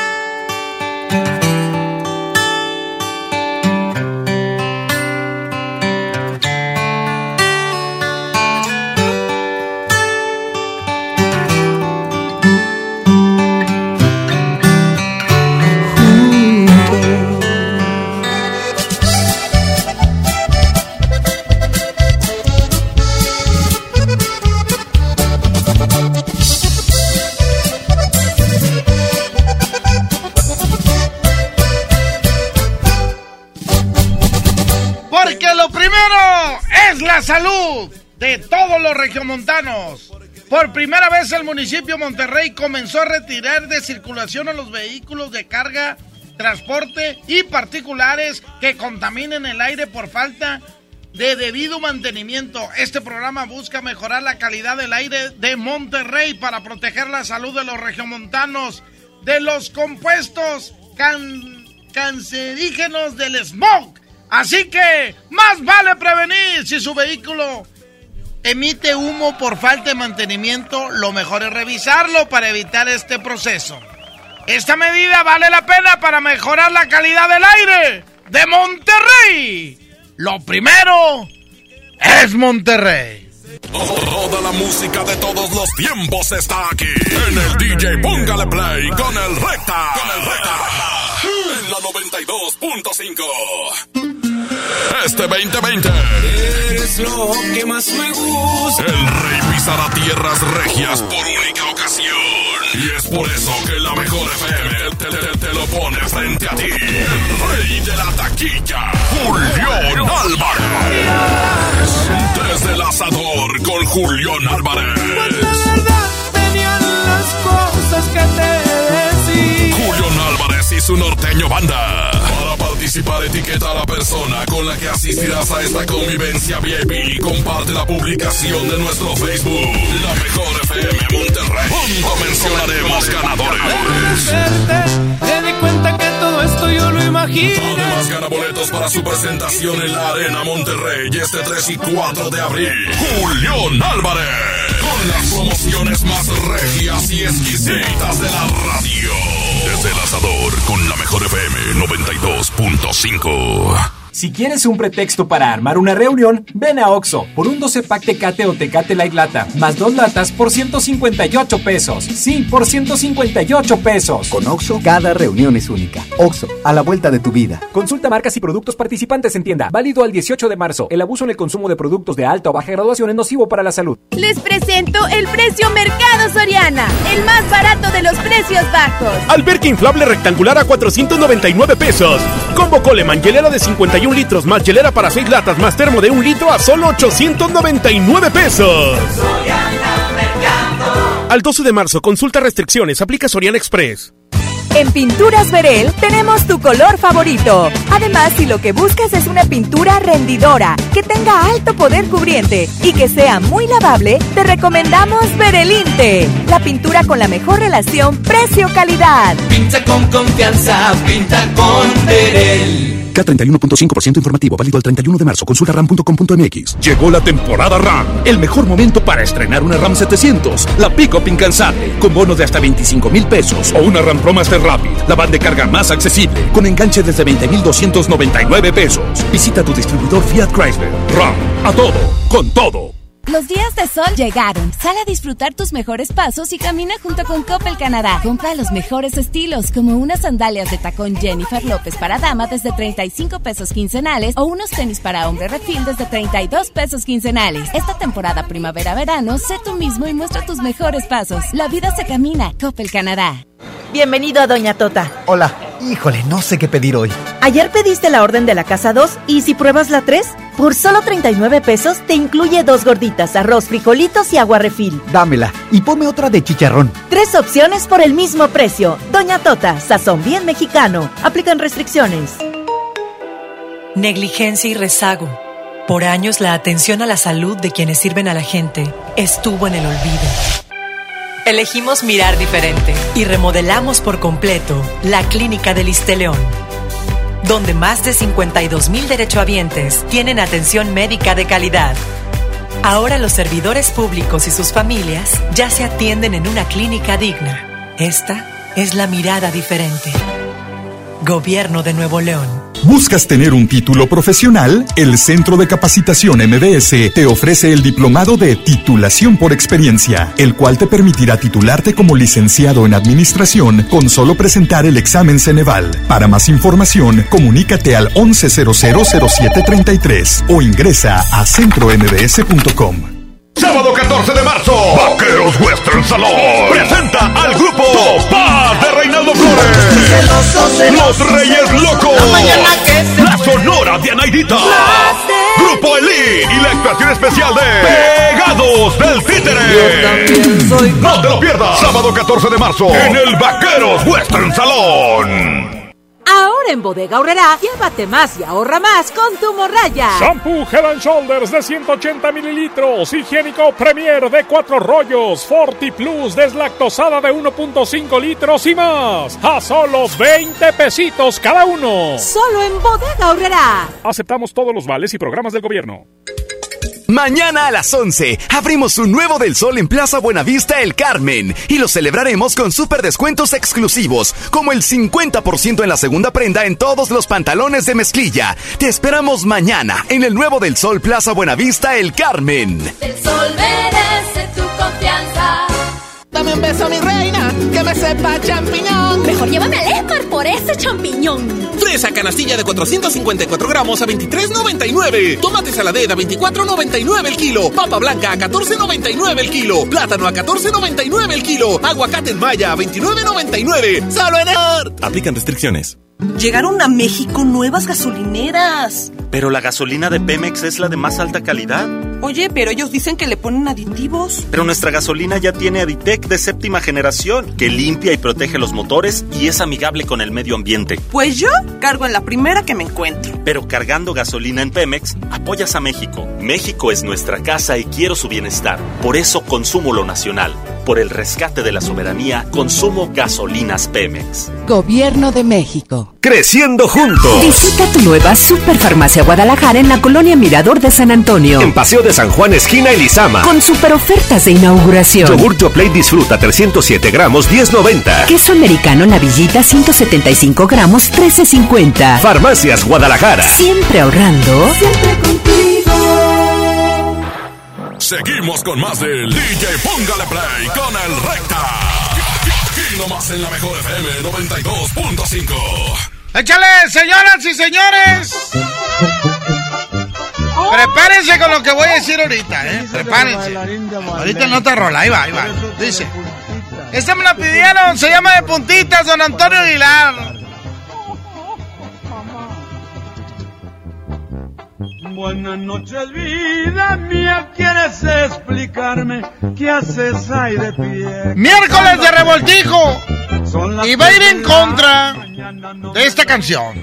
Salud de todos los regiomontanos. Por primera vez el municipio de Monterrey comenzó a retirar de circulación a los vehículos de carga, transporte y particulares que contaminen el aire por falta de debido mantenimiento. Este programa busca mejorar la calidad del aire de Monterrey para proteger la salud de los regiomontanos de los compuestos can- cancerígenos del smog. Así que más vale prevenir. Si su vehículo emite humo por falta de mantenimiento, lo mejor es revisarlo para evitar este proceso. Esta medida vale la pena para mejorar la calidad del aire de Monterrey. Lo primero es Monterrey. Toda la música de todos los tiempos está aquí en el D J Póngale Play con el Recta. Con el Recta. En la noventa y dos punto cinco. Este veinte veinte eres lo que más me gusta. El rey pisará tierras regias por única ocasión. Y es por eso que la mejor F M te, te, te lo pone frente a ti. El rey de la taquilla, Julián Álvarez. Desde el asador con Julián Álvarez. Cuando la verdad venían las cosas que te decía. Julián Álvarez y su norteño banda. Para participar participar, etiqueta a la persona con la que asistirás a esta convivencia V I P y comparte la publicación de nuestro Facebook, La Mejor F M Monterrey. Junto mencionaremos ganadores. Te di cuenta que todo esto yo lo imagino. Además gana boletos para su presentación en la Arena Monterrey este tres y cuatro de abril. Julián Álvarez, con las promociones más regias y exquisitas de la radio. Desde el Asador con La Mejor F M noventa y dos punto cinco. Si quieres un pretexto para armar una reunión, ven a Oxxo por un doce pack Tecate o Tecate Light Lata, más dos latas por ciento cincuenta y ocho pesos. Sí, por ciento cincuenta y ocho pesos. Con Oxxo, cada reunión es única. Oxxo, a la vuelta de tu vida. Consulta marcas y productos participantes en tienda. Válido al dieciocho de marzo. El abuso en el consumo de productos de alta o baja graduación es nocivo para la salud. Les presento el precio Mercado Soriana, el más barato de los precios bajos. Alberca inflable rectangular a cuatrocientos noventa y nueve pesos. Combo Coleman, hielera de cincuenta y un litros más hielera para seis latas más termo de un litro a solo ochocientos noventa y nueve pesos. Soriana Mercado. Al doce de marzo, consulta restricciones, aplica Soriana Express. En Pinturas Verel tenemos tu color favorito. Además, si lo que buscas es una pintura rendidora, que tenga alto poder cubriente y que sea muy lavable, te recomendamos Verelinte, la pintura con la mejor relación precio-calidad. Pinta con confianza, pinta con Verel. K treinta y uno punto cinco por ciento informativo, válido el treinta y uno de marzo. Consulta ram punto com punto m x. Llegó la temporada RAM. El mejor momento para estrenar una RAM setecientos. La pick-up incansable, con bonos de hasta veinticinco mil pesos. O una RAM Pro Master Rapid, la van de carga más accesible, con enganche desde veinte mil doscientos noventa y nueve pesos. Visita tu distribuidor Fiat Chrysler. RAM, a todo, con todo. Los días de sol llegaron. Sal a disfrutar tus mejores pasos y camina junto con Coppel Canadá. Compra los mejores estilos, como unas sandalias de tacón Jennifer López para dama desde treinta y cinco pesos quincenales o unos tenis para hombre refil desde treinta y dos pesos quincenales. Esta temporada primavera-verano, sé tú mismo y muestra tus mejores pasos. La vida se camina. Coppel Canadá. Bienvenido a Doña Tota. Hola. Híjole, no sé qué pedir hoy. Ayer pediste la orden de la casa dos y si pruebas la tres, por solo treinta y nueve pesos te incluye dos gorditas, arroz, frijolitos y agua refil. Dámela y ponme otra de chicharrón. Tres opciones por el mismo precio. Doña Tota, sazón bien mexicano. Aplican restricciones. Negligencia y rezago. Por años la atención a la salud de quienes sirven a la gente estuvo en el olvido. Elegimos mirar diferente y remodelamos por completo la Clínica del Issste León, donde más de cincuenta y dos mil derechohabientes tienen atención médica de calidad. Ahora los servidores públicos y sus familias ya se atienden en una clínica digna. Esta es la mirada diferente. Gobierno de Nuevo León. ¿Buscas tener un título profesional? El Centro de Capacitación M B S te ofrece el diplomado de titulación por experiencia, el cual te permitirá titularte como licenciado en administración con solo presentar el examen Ceneval. Para más información, comunícate al once cero cero cero siete treinta y tres o ingresa a centro m b s punto com. Sábado catorce de marzo, Vaqueros Western Salón presenta al grupo Paz de Reinaldo Flores, Los Reyes Locos, la Sonora de Anaidita, Grupo Elite y la actuación especial de Pegados del Títere. No te lo pierdas, sábado catorce de marzo en el Vaqueros Western Salón. Ahora en Bodega Aurrerá, llévate más y ahorra más con tu morralla. Shampoo Head and Shoulders de ciento ochenta mililitros, higiénico Premier de cuatro rollos, Forti Plus deslactosada de uno punto cinco litros y más. A solo veinte pesitos cada uno. Solo en Bodega Aurrerá. Aceptamos todos los vales y programas del gobierno. Mañana a las once abrimos un nuevo del Sol en Plaza Buenavista El Carmen y lo celebraremos con súper descuentos exclusivos, como el cincuenta por ciento en la segunda prenda en todos los pantalones de mezclilla. Te esperamos mañana en el nuevo del Sol Plaza Buenavista El Carmen. El sol merece tu confianza. Dame un beso, mi reina, que me sepa champiñón. Mejor llévame al Esmar por ese champiñón. Fresa canastilla de cuatrocientos cincuenta y cuatro gramos a veintitrés noventa y nueve. Tomate saladera a veinticuatro noventa y nueve el kilo. Papa blanca a catorce noventa y nueve el kilo. Plátano a catorce noventa y nueve el kilo. Aguacate en malla a veintinueve noventa y nueve. ¡Solo en el... Aplican restricciones. Llegaron a México nuevas gasolineras. Pero la gasolina de Pemex es la de más alta calidad. Oye, pero ellos dicen que le ponen aditivos. Pero nuestra gasolina ya tiene Aditec de séptima generación, que limpia y protege los motores y es amigable con el medio ambiente. Pues yo cargo en la primera que me encuentro. Pero cargando gasolina en Pemex, apoyas a México. México es nuestra casa y quiero su bienestar. Por eso consumo lo nacional. Por el rescate de la soberanía, consumo gasolinas Pemex. Gobierno de México. Creciendo juntos. Visita tu nueva Superfarmacia Guadalajara en la colonia Mirador de San Antonio. En Paseo de San Juan, esquina Elizama. Con super ofertas de inauguración. Yogur Yoplait Disfruta trescientos siete gramos, diez noventa. Queso americano Navillita ciento setenta y cinco gramos, trece cincuenta. Farmacias Guadalajara. Siempre ahorrando. Siempre contigo. Seguimos con más del D J Póngale Play con el Recta. Aquí nomás en la mejor F M noventa y dos punto cinco. ¡Échale, señoras y señores! Prepárense con lo que voy a decir ahorita, ¿eh? Prepárense. Ahorita no te rola, ahí va, ahí va. Dice: esta me la pidieron, se llama De Puntitas, don Antonio Aguilar. Buenas noches, vida mía, ¿quieres explicarme qué haces ahí de pie? Miércoles de revoltijo. Y va a ir en contra de esta canción.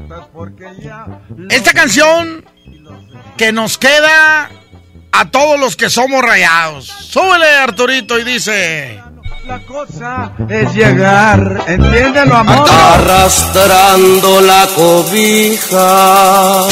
Esta canción que nos queda a todos los que somos rayados. Súbele, Arturito, y dice: la cosa es llegar, entiéndelo, amor. Arrastrando la cobija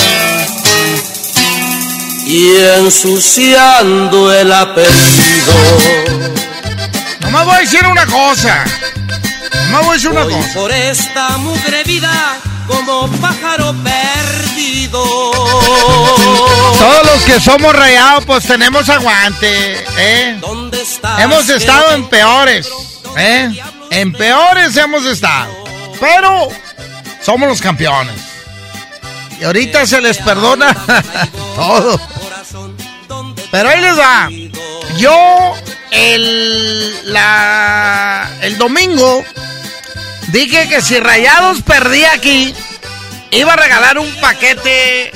y ensuciando el apellido. Nomás voy a decir una cosa. Nomás voy a decir una Voy cosa. por esta mugre vida como pájaro perdido. Todos los que somos rayados, pues tenemos aguante, ¿eh? Hemos estado en peores, ¿eh? En peores hemos estado. Pero somos los campeones. Y ahorita se les perdona todo. Pero ahí les va. Yo el, la, el domingo dije que si Rayados perdía aquí, iba a regalar un paquete.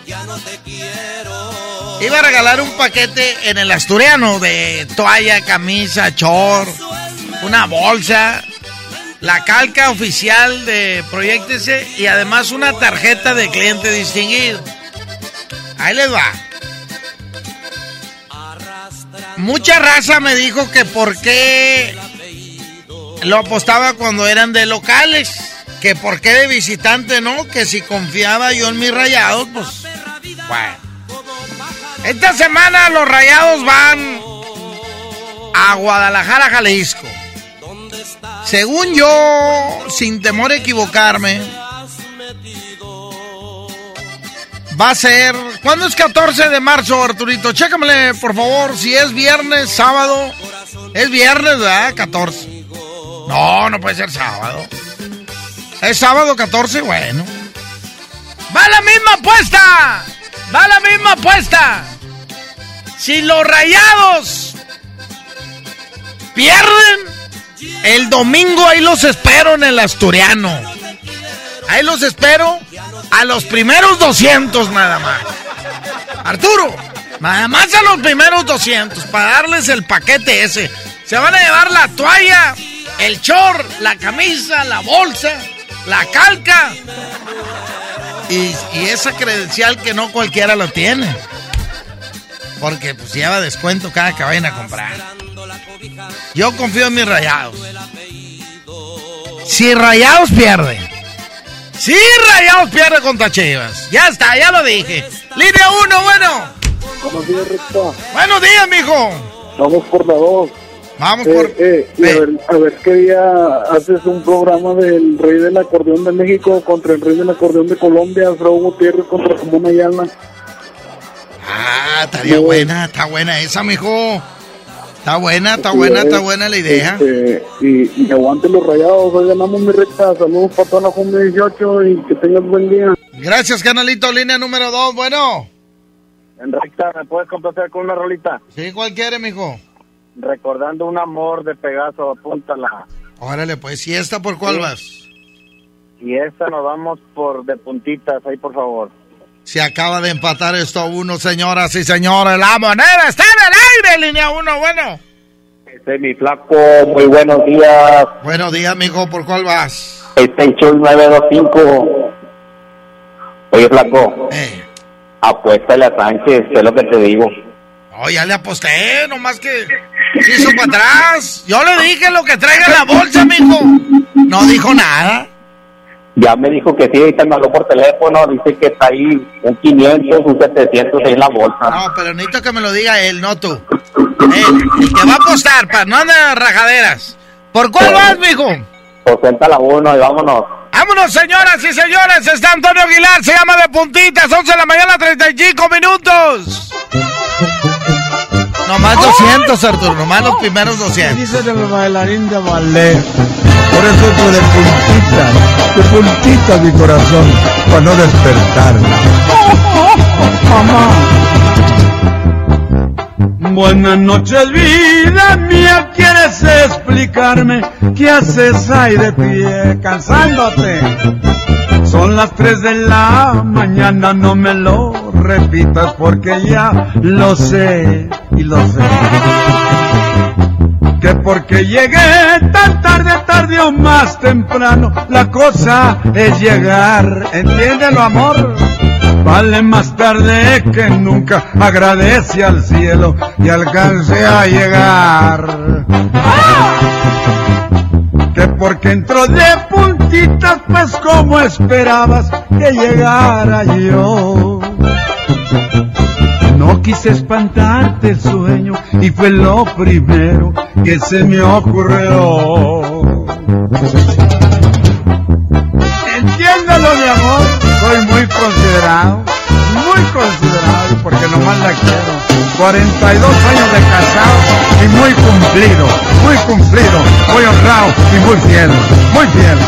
Iba a regalar un paquete en el Asturiano de toalla, camisa, short, una bolsa, la calca oficial de Proyéctese y además una tarjeta de cliente distinguido. Ahí les va. Mucha raza me dijo que por qué lo apostaba cuando eran de locales, que por qué de visitante no, que si confiaba yo en mis Rayados, pues bueno. Esta semana los Rayados van a Guadalajara, Jalisco. Según yo, sin temor a equivocarme, va a ser... ¿Cuándo es catorce de marzo, Arturito? Chécamele, por favor, si es viernes, sábado. Es viernes, ¿verdad? catorce. No, no puede ser sábado. ¿Es sábado catorce? Bueno. ¡Va la misma apuesta! ¡Va la misma apuesta! Si los Rayados pierden, el domingo ahí los espero en el Asturiano. Ahí los espero a los primeros doscientos nada más. Arturo, nada más a los primeros doscientos para darles el paquete ese. Se van a llevar la toalla, el short, la camisa, la bolsa, la calca y, y esa credencial que no cualquiera lo tiene. Porque pues lleva descuento cada que vayan a comprar. Yo confío en mis Rayados. Si Rayados pierde, si Rayados pierde contra Chivas, ya está, ya lo dije. Línea uno, bueno. Buenos días, Recta. Buenos días, mijo. Vamos por la dos. Vamos eh, por... Eh, y a, ver, a ver qué día haces un programa del Rey del Acordeón de México contra el Rey del Acordeón de Colombia, Raúl Gutiérrez contra Ramón Ayala. Ah, estaría no. buena, está buena esa, mijo. Está buena, está buena, está buena la idea. Este, y, y aguante los Rayados, hoy ganamos, mi Recta. Saludos para toda la Junta dieciocho y que tengas buen día. Gracias, canalito. Línea número dos, bueno. En Recta, ¿me puedes complacer con una rolita? Sí, ¿cuál quiere, mijo? Recordando un amor de Pegaso, apúntala. Órale, pues, ¿y esta por cuál sí. vas? Y esta nos vamos por De Puntitas, ahí por favor. Se acaba de empatar esto a uno, señoras y señores. La moneda está en el aire, línea uno, bueno. Este es mi flaco, muy buenos días. Buenos días, mijo, ¿por cuál vas? Este es el nueve dos cinco. Oye, flaco, eh. apuéstale a Sánchez, es lo que te digo. Oh, ya le aposté, nomás que se hizo para atrás. Yo le dije lo que traiga en la bolsa, mijo. No dijo nada. Ya me dijo que sí, ahorita me habló por teléfono, dice que está ahí un quinientos, un setecientos ahí en la bolsa. No, pero necesito que me lo diga él, no tú. Él, el que va a apostar, para no andar rajaderas. ¿Por cuál vas, mijo? Pues cuéntala uno y vámonos. Vámonos, señoras y señores, está Antonio Aguilar, se llama De Puntitas, once de la mañana, treinta y cinco minutos. Nomás doscientos, Arturo, nomás los primeros doscientos. Dice del bailarín de ballet, por eso tú de puntitas, de puntitas mi corazón, para no despertarla. Mamá. Buenas noches, vida mía, ¿quieres explicarme qué haces ahí de pie, cansándote? Son las tres de la mañana, no me lo repitas porque ya lo sé y lo sé. Que porque llegué tan tarde, tarde o más temprano, la cosa es llegar, entiéndelo, amor. Vale más tarde que nunca, agradece al cielo y alcance a llegar. ¡Ah! Que porque entró de puntitas, pues como esperabas que llegara yo. No quise espantarte el sueño y fue lo primero que se me ocurrió. Entiéndalo, mi amor, soy muy considerado, muy considerado, porque nomás la quiero. cuarenta y dos años de casado y muy cumplido, muy cumplido, muy honrado y muy fiel, muy fiel.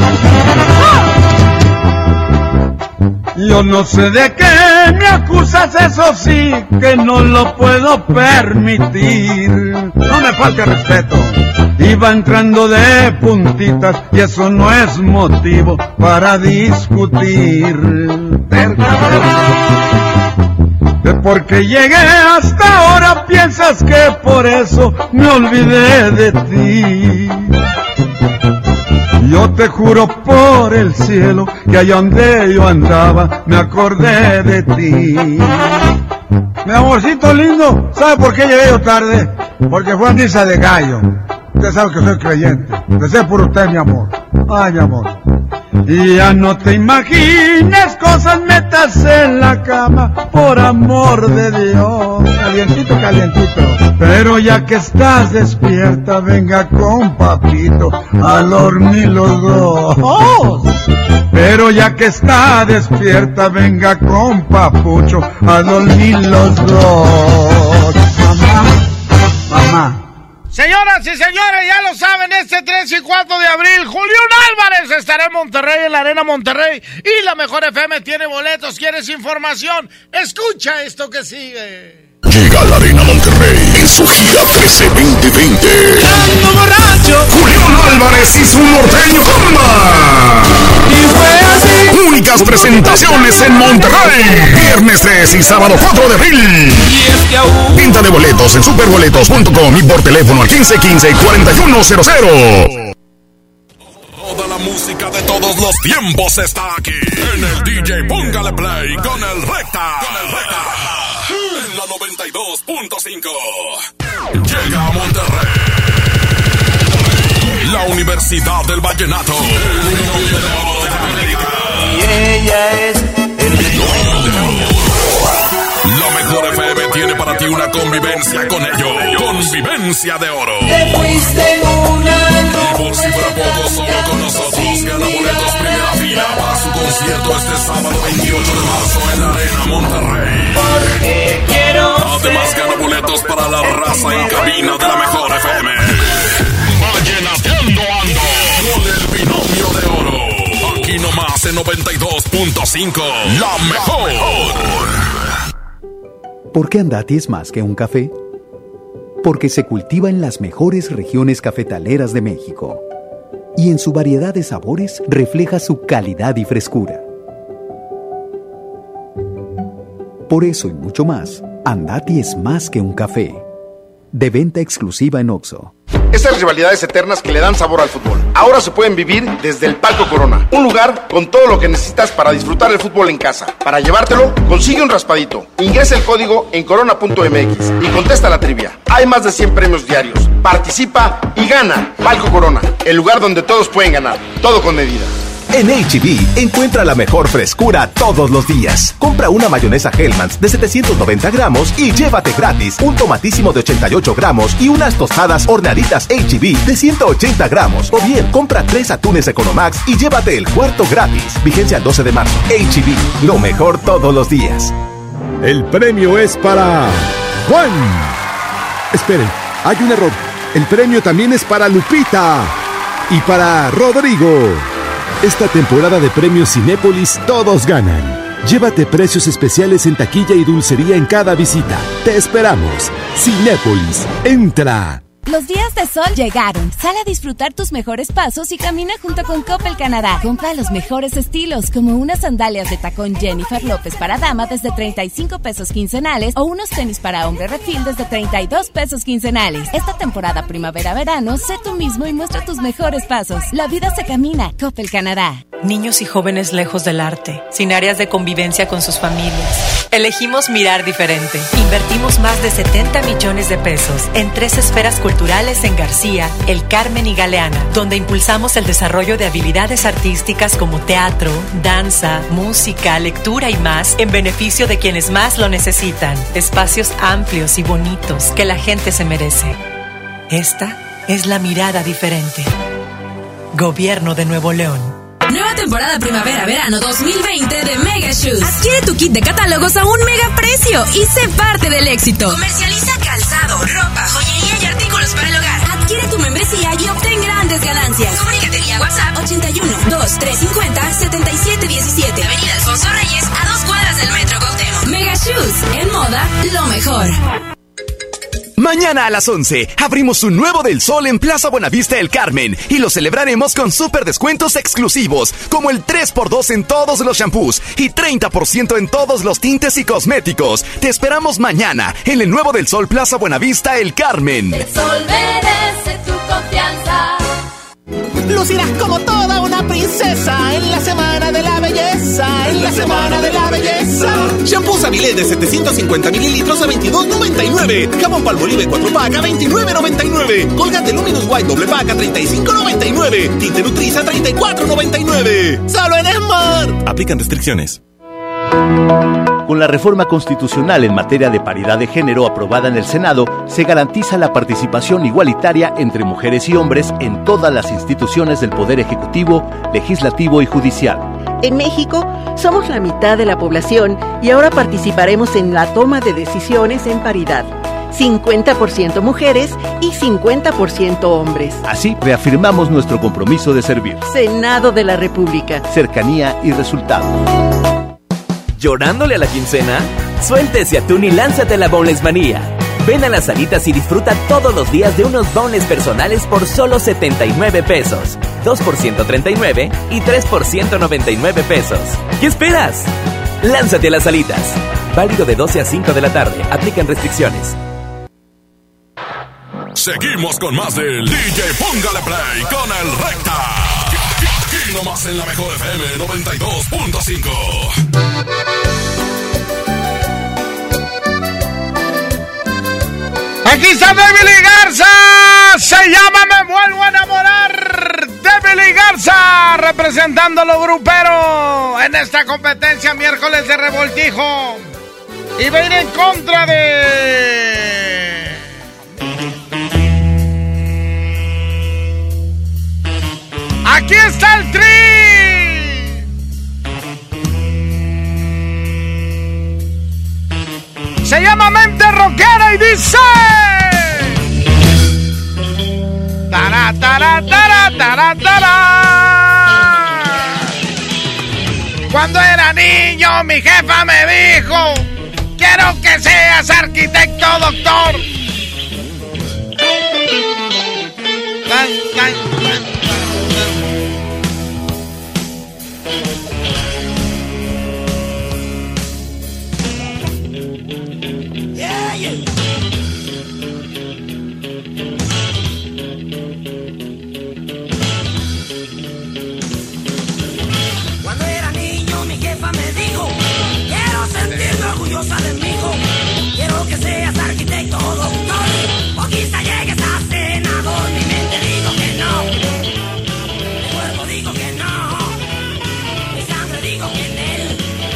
Yo no sé de qué me acusas, eso sí que no lo puedo permitir. No me falte respeto. Iba entrando de puntitas y eso no es motivo para discutir. De porque llegué hasta ahora piensas que por eso me olvidé de ti. Yo te juro por el cielo que allá donde yo andaba me acordé de ti. Mi amorcito lindo, ¿sabe por qué llegué yo tarde? Porque fue a misa de gallo. Usted sabe que soy creyente. Deseo por usted, mi amor. Ay, mi amor. Y ya no te imagines cosas metas en la cama, por amor de Dios. Calientito, calientito. Pero ya que estás despierta, venga con papito a dormir los dos. Pero ya que está despierta, venga con papucho a dormir los dos. Mamá, mamá. Señoras y señores, ya lo saben, este tres y cuatro de abril, Julián Álvarez estará en Monterrey, en la Arena Monterrey, y la Mejor F M tiene boletos. ¿Quieres información? Escucha esto que sigue. Llega a la Arena Monterrey en su gira trece veinte veinte. Julián Álvarez y su norteño comba. Y fue así. Únicas presentaciones en Monterrey. Viernes tres y sábado cuatro de abril. Venta de boletos en superboletos punto com y por teléfono al quince quince cuarenta y uno cero cero. Toda la música de todos los tiempos está aquí en el D J Póngale Play con el Recta. Con el Recta. En la noventa y dos punto cinco. Llega a Monterrey la Universidad del Vallenato. Y ella es el La Mejor F M tiene para ti una convivencia con ellos. Convivencia de oro. Te fuiste en una Y por si fuera poco, solo con nosotros gana boletos primera fila para su concierto este sábado veintiocho de marzo en la Arena Monterrey. Porque quiero. Además gana boletos para la raza en cabina de la Mejor F M. Vallenateando ando con el binomio de oro. Aquí nomás en noventa y dos punto cinco. La Mejor. ¿Por qué Andati es más que un café? Porque se cultiva en las mejores regiones cafetaleras de México y en su variedad de sabores refleja su calidad y frescura. Por eso y mucho más, Andati es más que un café. De venta exclusiva en Oxxo. Estas rivalidades eternas que le dan sabor al fútbol, ahora se pueden vivir desde el Palco Corona. Un lugar con todo lo que necesitas para disfrutar el fútbol en casa. Para llevártelo, consigue un raspadito. Ingresa el código en corona punto m x y contesta la trivia. Hay más de cien premios diarios. Participa y gana. Palco Corona, el lugar donde todos pueden ganar. Todo con medida. En H E B, encuentra la mejor frescura todos los días. Compra una mayonesa Hellmann's de setecientos noventa gramos y llévate gratis un tomatísimo de ochenta y ocho gramos y unas tostadas horneaditas H E B de ciento ochenta gramos. O bien, compra tres atunes Economax y llévate el cuarto gratis. Vigencia el doce de marzo. H E B, lo mejor todos los días. El premio es para Juan. Esperen, hay un error. El premio también es para Lupita y para Rodrigo. Esta temporada de premios Cinépolis todos ganan. Llévate precios especiales en taquilla y dulcería en cada visita. Te esperamos. Cinépolis, entra. Los días de sol llegaron. Sal a disfrutar tus mejores pasos y camina junto con Coppel Canadá. Compra los mejores estilos, como unas sandalias de tacón Jennifer López para dama desde treinta y cinco pesos quincenales o unos tenis para hombre refil desde treinta y dos pesos quincenales. Esta temporada primavera-verano, sé tú mismo y muestra tus mejores pasos. La vida se camina. Coppel Canadá. Niños y jóvenes lejos del arte, sin áreas de convivencia con sus familias. Elegimos mirar diferente. Invertimos más de setenta millones de pesos en tres esferas culturales en García, El Carmen y Galeana, donde impulsamos el desarrollo de habilidades artísticas como teatro, danza, música, lectura y más, en beneficio de quienes más lo necesitan. Espacios amplios y bonitos que la gente se merece. Esta es la mirada diferente. Gobierno de Nuevo León. Nueva temporada primavera-verano dos mil veinte de Mega Shoes. Adquiere tu kit de catálogos a un mega precio y sé parte del éxito. Comercializa calzado, ropa, joyería y artículos para el hogar. Adquiere tu membresía y obtén grandes ganancias. Comunícate vía WhatsApp ochenta y uno, dos, tres cincuenta, setenta y siete diecisiete. Avenida Alfonso Reyes, a dos cuadras del Metro Cuauhtémoc. Mega Shoes, en moda, lo mejor. Mañana a las once abrimos un nuevo del Sol en Plaza Buenavista El Carmen y lo celebraremos con súper descuentos exclusivos como el tres por dos en todos los shampoos y treinta por ciento en todos los tintes y cosméticos. Te esperamos mañana en el nuevo del Sol Plaza Buenavista El Carmen. El sol merece tu confianza. Lucirás como toda una princesa en la semana de la belleza, en la semana de la belleza. Shampoo Savilé de setecientos cincuenta mililitros a veintidós noventa y nueve. Jabón Palmolive cuatro pack a veintinueve noventa y nueve. Colgate Luminous White doble pack a treinta y cinco noventa y nueve. Tinte Nutriza a treinta y cuatro noventa y nueve. Solo en Smart. Aplican restricciones. Con la reforma constitucional en materia de paridad de género aprobada en el Senado, se garantiza la participación igualitaria entre mujeres y hombres en todas las instituciones del Poder Ejecutivo, Legislativo y Judicial. En México, somos la mitad de la población y ahora participaremos en la toma de decisiones en paridad. cincuenta por ciento mujeres y cincuenta por ciento hombres. Así reafirmamos nuestro compromiso de servir. Senado de la República. Cercanía y resultados. ¿Llorándole a la quincena? Suéltese atún y lánzate a la Boneless Manía. Ven a las salitas y disfruta todos los días de unos boneless personales por solo setenta y nueve pesos. dos por ciento treinta y nueve y tres por ciento noventa y nueve pesos. ¿Qué esperas? Lánzate a las salitas. Válido de doce a cinco de la tarde. Aplican restricciones. Seguimos con más del D J Póngale Play con el Recta. Aquí nomás en la mejor F M noventa y dos punto cinco. Aquí está Debily Garza. Se llama Me Vuelvo a Enamorar. Debily Garza representando a los gruperos en esta competencia miércoles de revoltijo. Y va a ir en contra de... Aquí está el Tri. Se llama Mente Rockera y dice... Tara, tara, tara, tara, tara. Cuando era niño mi jefa me dijo: quiero que seas arquitecto, doctor. Tan, tan, tan. orgullosa de mi hijo. Quiero que seas arquitecto o doctor, o quizá llegues a senador. Mi mente digo que no, mi cuerpo digo que no, mi sangre digo que en él.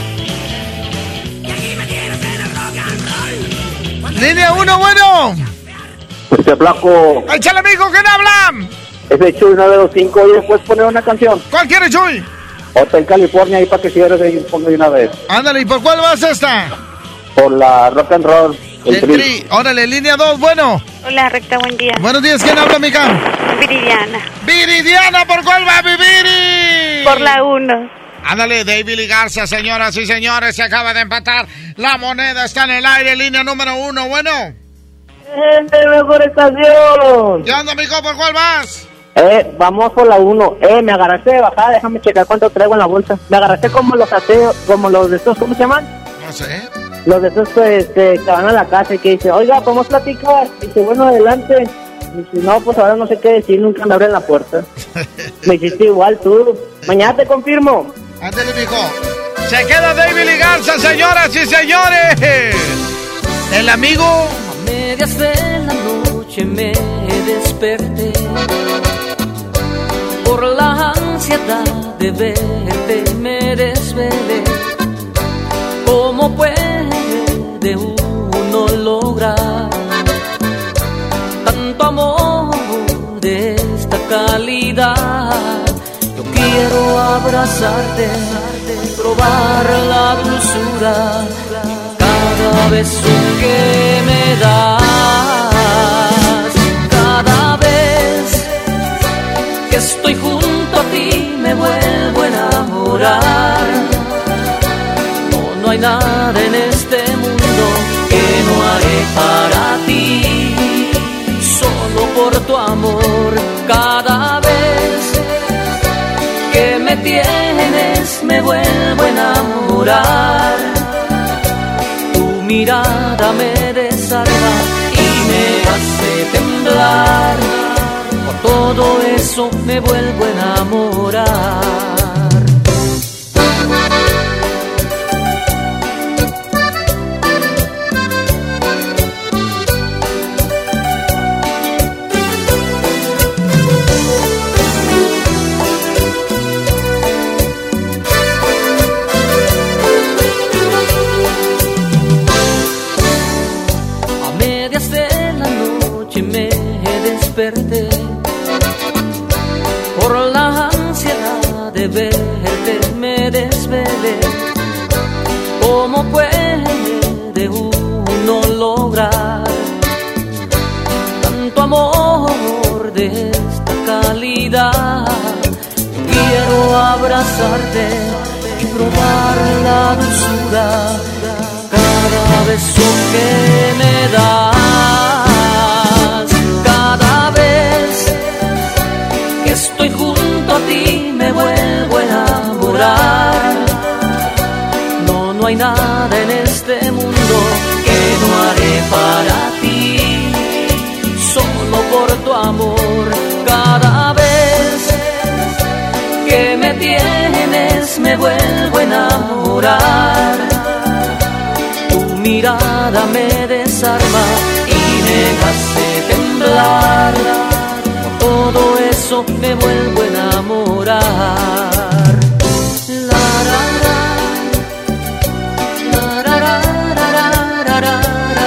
Y aquí me tienes en el rock and roll. Línea uno, bueno. Este flaco. ¡Échale, amigo! ¿Quién habla? Ese Chuy nueve dos cinco. Oye, ¿puedes poner una canción? ¿Cuál quieres, Chuy? Hotel California, ahí para que cierres ahí, pongo de una vez. Ándale, ¿y por cuál vas esta? Por la rock and roll. El, el tri. tri. Órale, línea dos, bueno. Hola, Recta, buen día. Buenos días, ¿quién habla, amiga? Viridiana. Viridiana, ¿por cuál va, Viviri? Por la uno. Ándale, David y Garza, señoras y señores, se acaba de empatar. La moneda está en el aire, línea número uno, bueno. ¡Eh, mejor estación! ¿Qué onda, amigo? ¿Por cuál vas? Eh, vamos por la uno. Eh, me agarraste de bajada, déjame checar cuánto traigo en la bolsa. Me agarraste como los ateos, como los de estos, ¿cómo se llaman? No sé. Los de estos pues, que, que van a la casa y que dice, oiga, ¿podemos platicar? Y dice, bueno, adelante. Y dice, no, pues ahora no sé qué decir, nunca me abren la puerta. Me hiciste igual tú. Mañana te confirmo. Ándale, mijo. Se queda David y Garza, señoras y señores. El amigo... Medias de la noche me desperté por la ansiedad de verte, me desvelé. ¿Cómo puede uno lograr tanto amor de esta calidad? Yo quiero abrazarte, probar la dulzura cada beso que me das, cada vez que estoy junto a ti me vuelvo a enamorar. No, no hay nada en este mundo que no haré para ti, solo por tu amor. Cada vez que me tienes me vuelvo a enamorar. Tu mirada me desarma y me hace temblar. Por todo eso me vuelvo a enamorar. Desperté por la ansiedad de verte, me desvelé. ¿Cómo puede uno lograr tanto amor de esta calidad? Quiero abrazarte y probar la dulzura cada beso que me das. Estoy junto a ti, me vuelvo a enamorar. No, no hay nada en este mundo que no haré para ti, solo por tu amor. Cada vez que me tienes me vuelvo a enamorar. Tu mirada me desarma y me hace temblar. Todo eso me vuelvo a enamorar. La, la, la, la, la, la, la, la, la, la,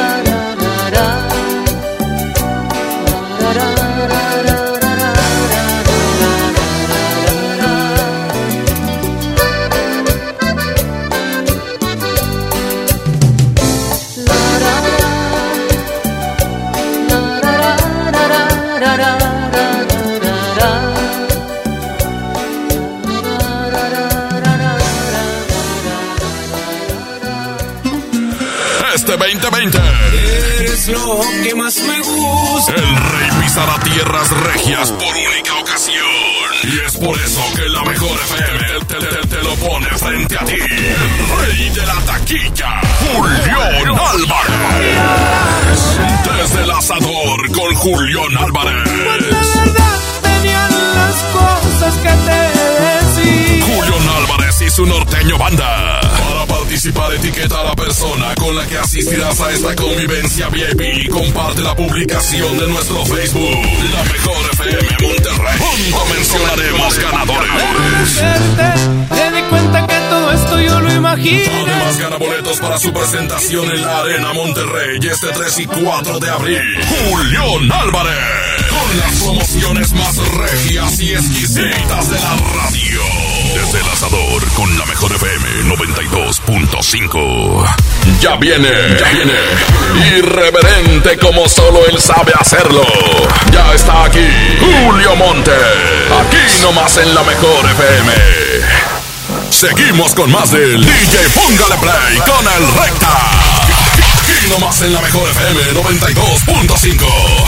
veinte veinte. Eres lo que más me gusta. El rey pisará tierras regias por única ocasión. Y es por eso que la mejor F M te, te, te lo pone frente a ti. El rey de la taquilla, Julián Álvarez. Desde el asador con Julián Álvarez. La verdad tenían las cosas que te decía. Julián Álvarez y su norteño banda. Para participar participar, etiqueta a la persona con la que asistirás a esta convivencia V I P y comparte la publicación de nuestro Facebook, La Mejor F M Monterrey. Junto mencionaremos ganadores. Te di cuenta que todo esto yo lo imagino. Además gana boletos para su presentación en la Arena Monterrey este tres y cuatro de abril. Julián Álvarez, con las promociones más regias y exquisitas de la radio. Desde el asador con La Mejor F M noventa y dos punto cinco. Ya viene, ya viene, irreverente como solo él sabe hacerlo. Ya está aquí, Julio Monte, aquí nomás en La Mejor F M. Seguimos con más del D J Póngale Play con el Recta. Aquí nomás en La Mejor F M noventa y dos punto cinco.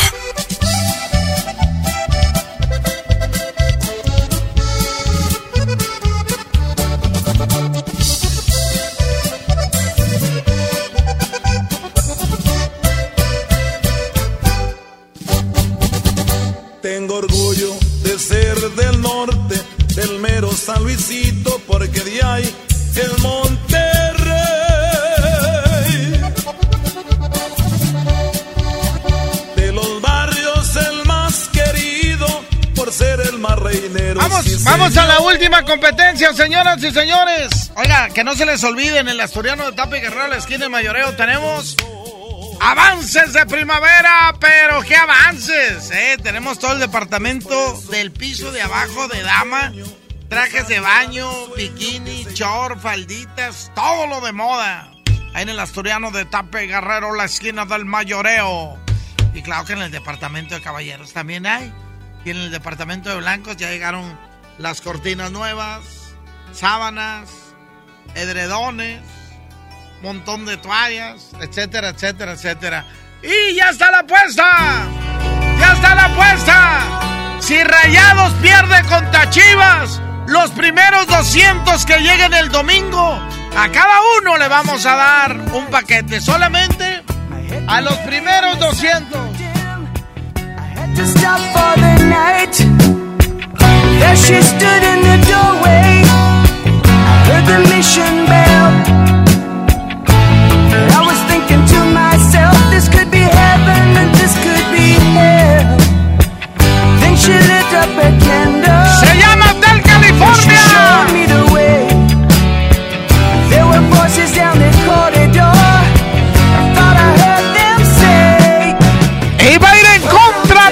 Tengo orgullo de ser del norte, del mero San Luisito, porque de ahí el Monterrey. De los barrios el más querido, por ser el más reinero. Vamos, sí, vamos señor. a la última competencia, señoras y señores. Oiga, que no se les olvide, en el Asturiano de Tapa y Guerrero, la esquina de Mayoreo, tenemos avances de primavera, pero qué avances, ¿eh? Tenemos todo el departamento del piso de abajo de dama, trajes de baño, bikini, short, falditas, todo lo de moda. Ahí en el Asturiano de Tapa y Guerrero, la esquina del Mayoreo. Y claro que en el departamento de caballeros también hay. Y en el departamento de blancos ya llegaron las cortinas nuevas, sábanas, edredones, montón de toallas, etcétera, etcétera, etcétera. ¡Y ya está la apuesta! ¡Ya está la apuesta! Si Rayados pierde contra Chivas, los primeros doscientos que lleguen el domingo, a cada uno le vamos a dar un paquete. Solamente a los primeros doscientos. I was thinking to myself, this could be heaven and this could be hell. Then she lit up a candle. Se llama Hotel California. She showed me the way. There were voices down the corridor. I thought I heard them say. Iba a ir en contra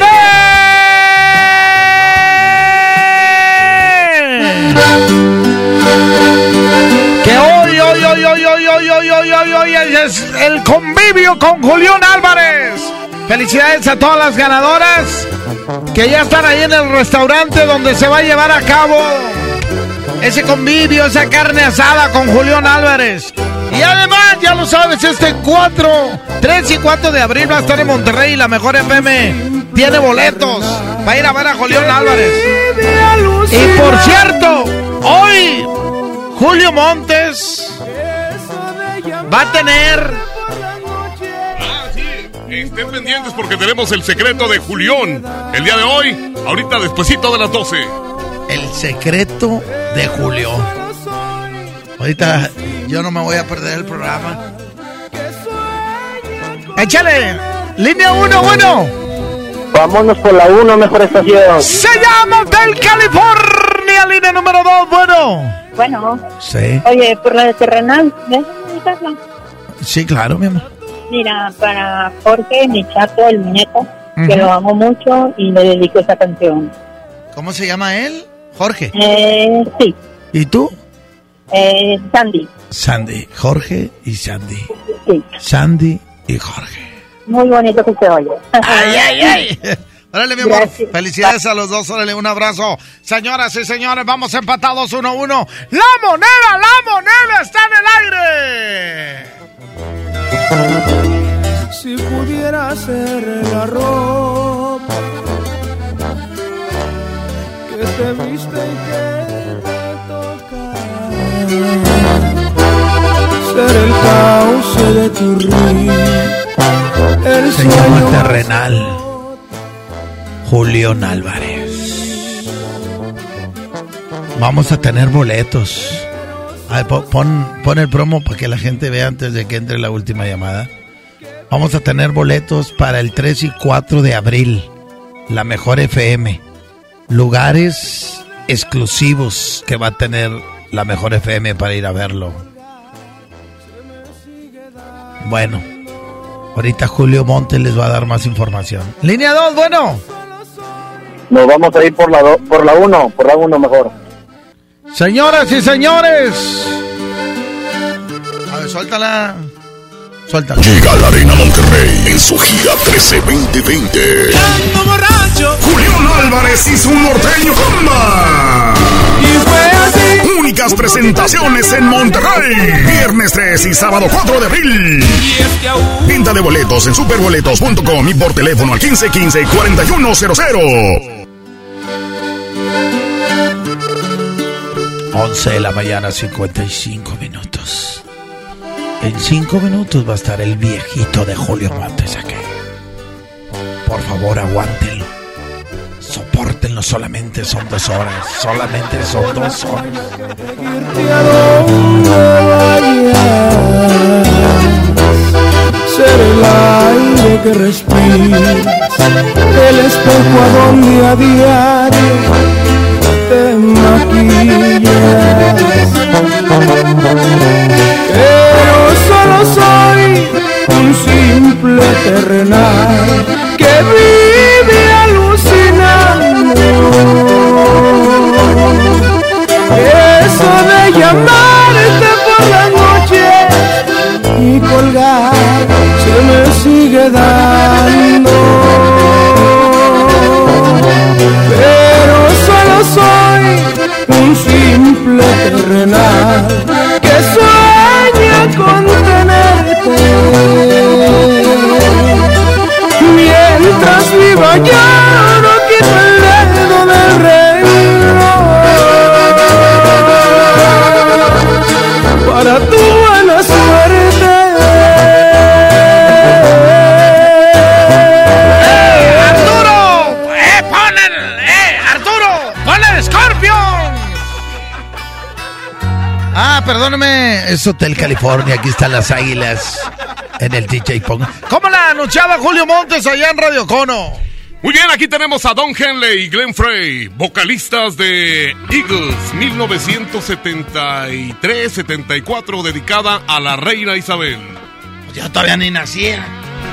de. Que hoy, hoy, hoy, hoy, hoy, hoy, hoy, hoy, hoy, hoy es el convivio con Julián Álvarez. Felicidades a todas las ganadoras que ya están ahí en el restaurante donde se va a llevar a cabo ese convivio, esa carne asada con Julián Álvarez. Y además, ya lo sabes, este cuatro, tres y cuatro de abril va a estar en Monterrey y La Mejor F M tiene boletos para ir a ver a Julián Álvarez. Y por cierto, hoy Julio Montes va a tener... Ah, sí, estén pendientes porque tenemos el secreto de Julián el día de hoy, ahorita despuesito de las doce. El secreto de Julio. Ahorita yo no me voy a perder el programa. ¡Échale! ¡Línea uno, bueno! Vámonos por la uno, mejor estación. Se llama Hotel California, línea número dos, bueno. Bueno. Sí. Oye, por la de Terrenal, ¿ves? Sí, claro, mi amor. Mira, para Jorge, mi chato, el muñeco, Uh-huh. que lo amo mucho y le dedico esta canción. ¿Cómo se llama él? Jorge. Eh, sí, ¿Y tú? eh, Sandy. Sandy. Jorge y Sandy. Sí. Sandy y Jorge. Muy bonito que se oye. ¡Ay, ay, ay! Órale, mi amor. Gracias. Felicidades a los dos. Órale, un abrazo. Señoras y señores, vamos empatados uno a uno. ¡La moneda, la moneda está en el aire! Si pudiera ser la ropa que te viste y que te toca, ser el cauce de tu río, el Se llama sueño Terrenal. Julián Álvarez. Vamos a tener boletos A ver, pon, pon el promo para que la gente vea antes de que entre la última llamada. Vamos a tener boletos para el tres y cuatro de abril. La Mejor F M. Lugares exclusivos que va a tener la Mejor F M para ir a verlo. Bueno, ahorita Julio Montes les va a dar más información. Línea dos, bueno. Nos vamos a ir por la do, por la uno, por la uno mejor. Señoras y señores. A ver, suéltala. Suéltala. Llega a la Arena Monterrey en su gira trece veinte veinte. Ando borracho. Julián Álvarez y su norteño comba. Y fue así. Únicas presentaciones en Monterrey. Viernes tres y sábado cuatro de abril. Y es que aún... Venta de boletos en superboletos punto com y por teléfono al quince quince cuarenta y uno cero cero. once de la mañana, cincuenta y cinco minutos. En cinco minutos va a estar el viejito de Julio Montes aquí. Por favor, aguántenlo. Sopórtenlo, solamente son dos horas. Solamente son dos horas. Ser el aire que respiras, el espejo a donde a diario te maquillas. Pero solo soy un simple terrenal que vive alucinando. Eso de llamarte por la noche y colgar se me sigue dando. Pero solo soy un simple terrenal que sueña con tenerte. Mientras viva yo no quito el dedo del reloj para tu buena suerte. ¡Eh, Arturo! ¡Eh, pon el... ¡Eh, Arturo! ¡Pon el Scorpion! Ah, perdóname, es Hotel California, aquí están las águilas en el D J Pong. ¿Cómo la anunciaba Julio Montes allá en Radio Cono? Muy bien, aquí tenemos a Don Henley y Glenn Frey, vocalistas de Eagles, mil novecientos setenta y tres setenta y cuatro, dedicada a la reina Isabel. Pues yo todavía ni nacía.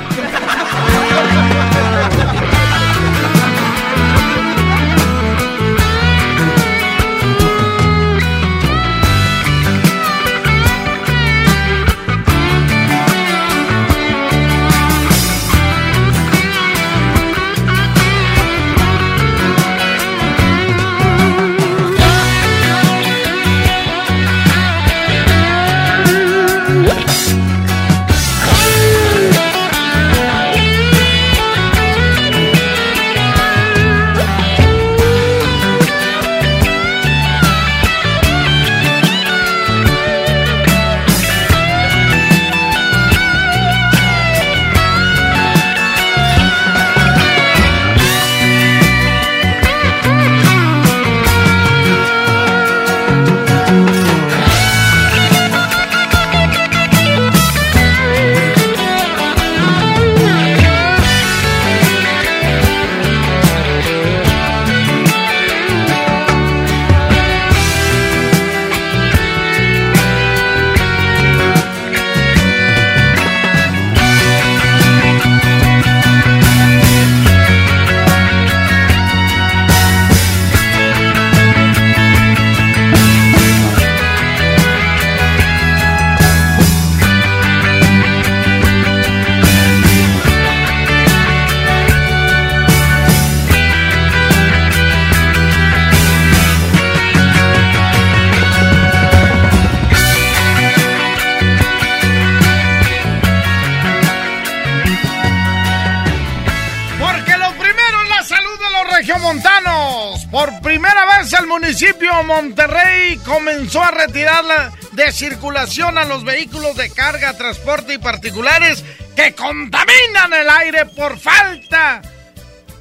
Por primera vez el municipio Monterrey comenzó a retirar la de circulación a los vehículos de carga, transporte y particulares que contaminan el aire por falta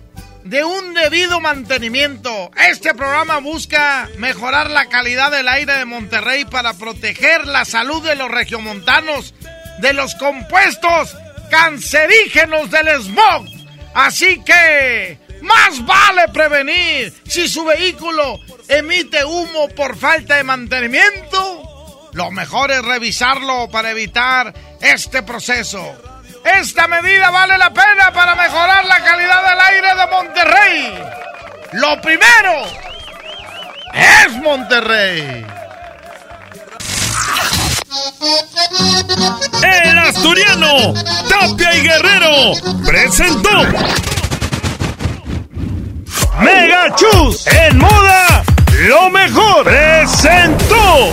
de un debido mantenimiento. Este programa busca mejorar la calidad del aire de Monterrey para proteger la salud de los regiomontanos de los compuestos cancerígenos del smog. Así que más vale prevenir. Si su vehículo emite humo por falta de mantenimiento, lo mejor es revisarlo para evitar este proceso. Esta medida vale la pena para mejorar la calidad del aire de Monterrey. Lo primero es Monterrey. El asturiano Tapia y Guerrero presentó Mega Chus en moda, lo mejor presentó.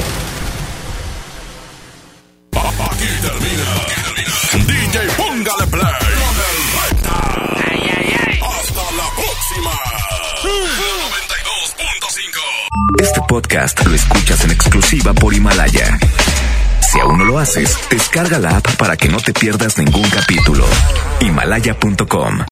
Aquí termina, D J póngale play. Ay, ay, ay. Hasta la próxima. noventa y dos punto cinco. Este podcast lo escuchas en exclusiva por Himalaya. Si aún no lo haces, descarga la app para que no te pierdas ningún capítulo. Himalaya punto com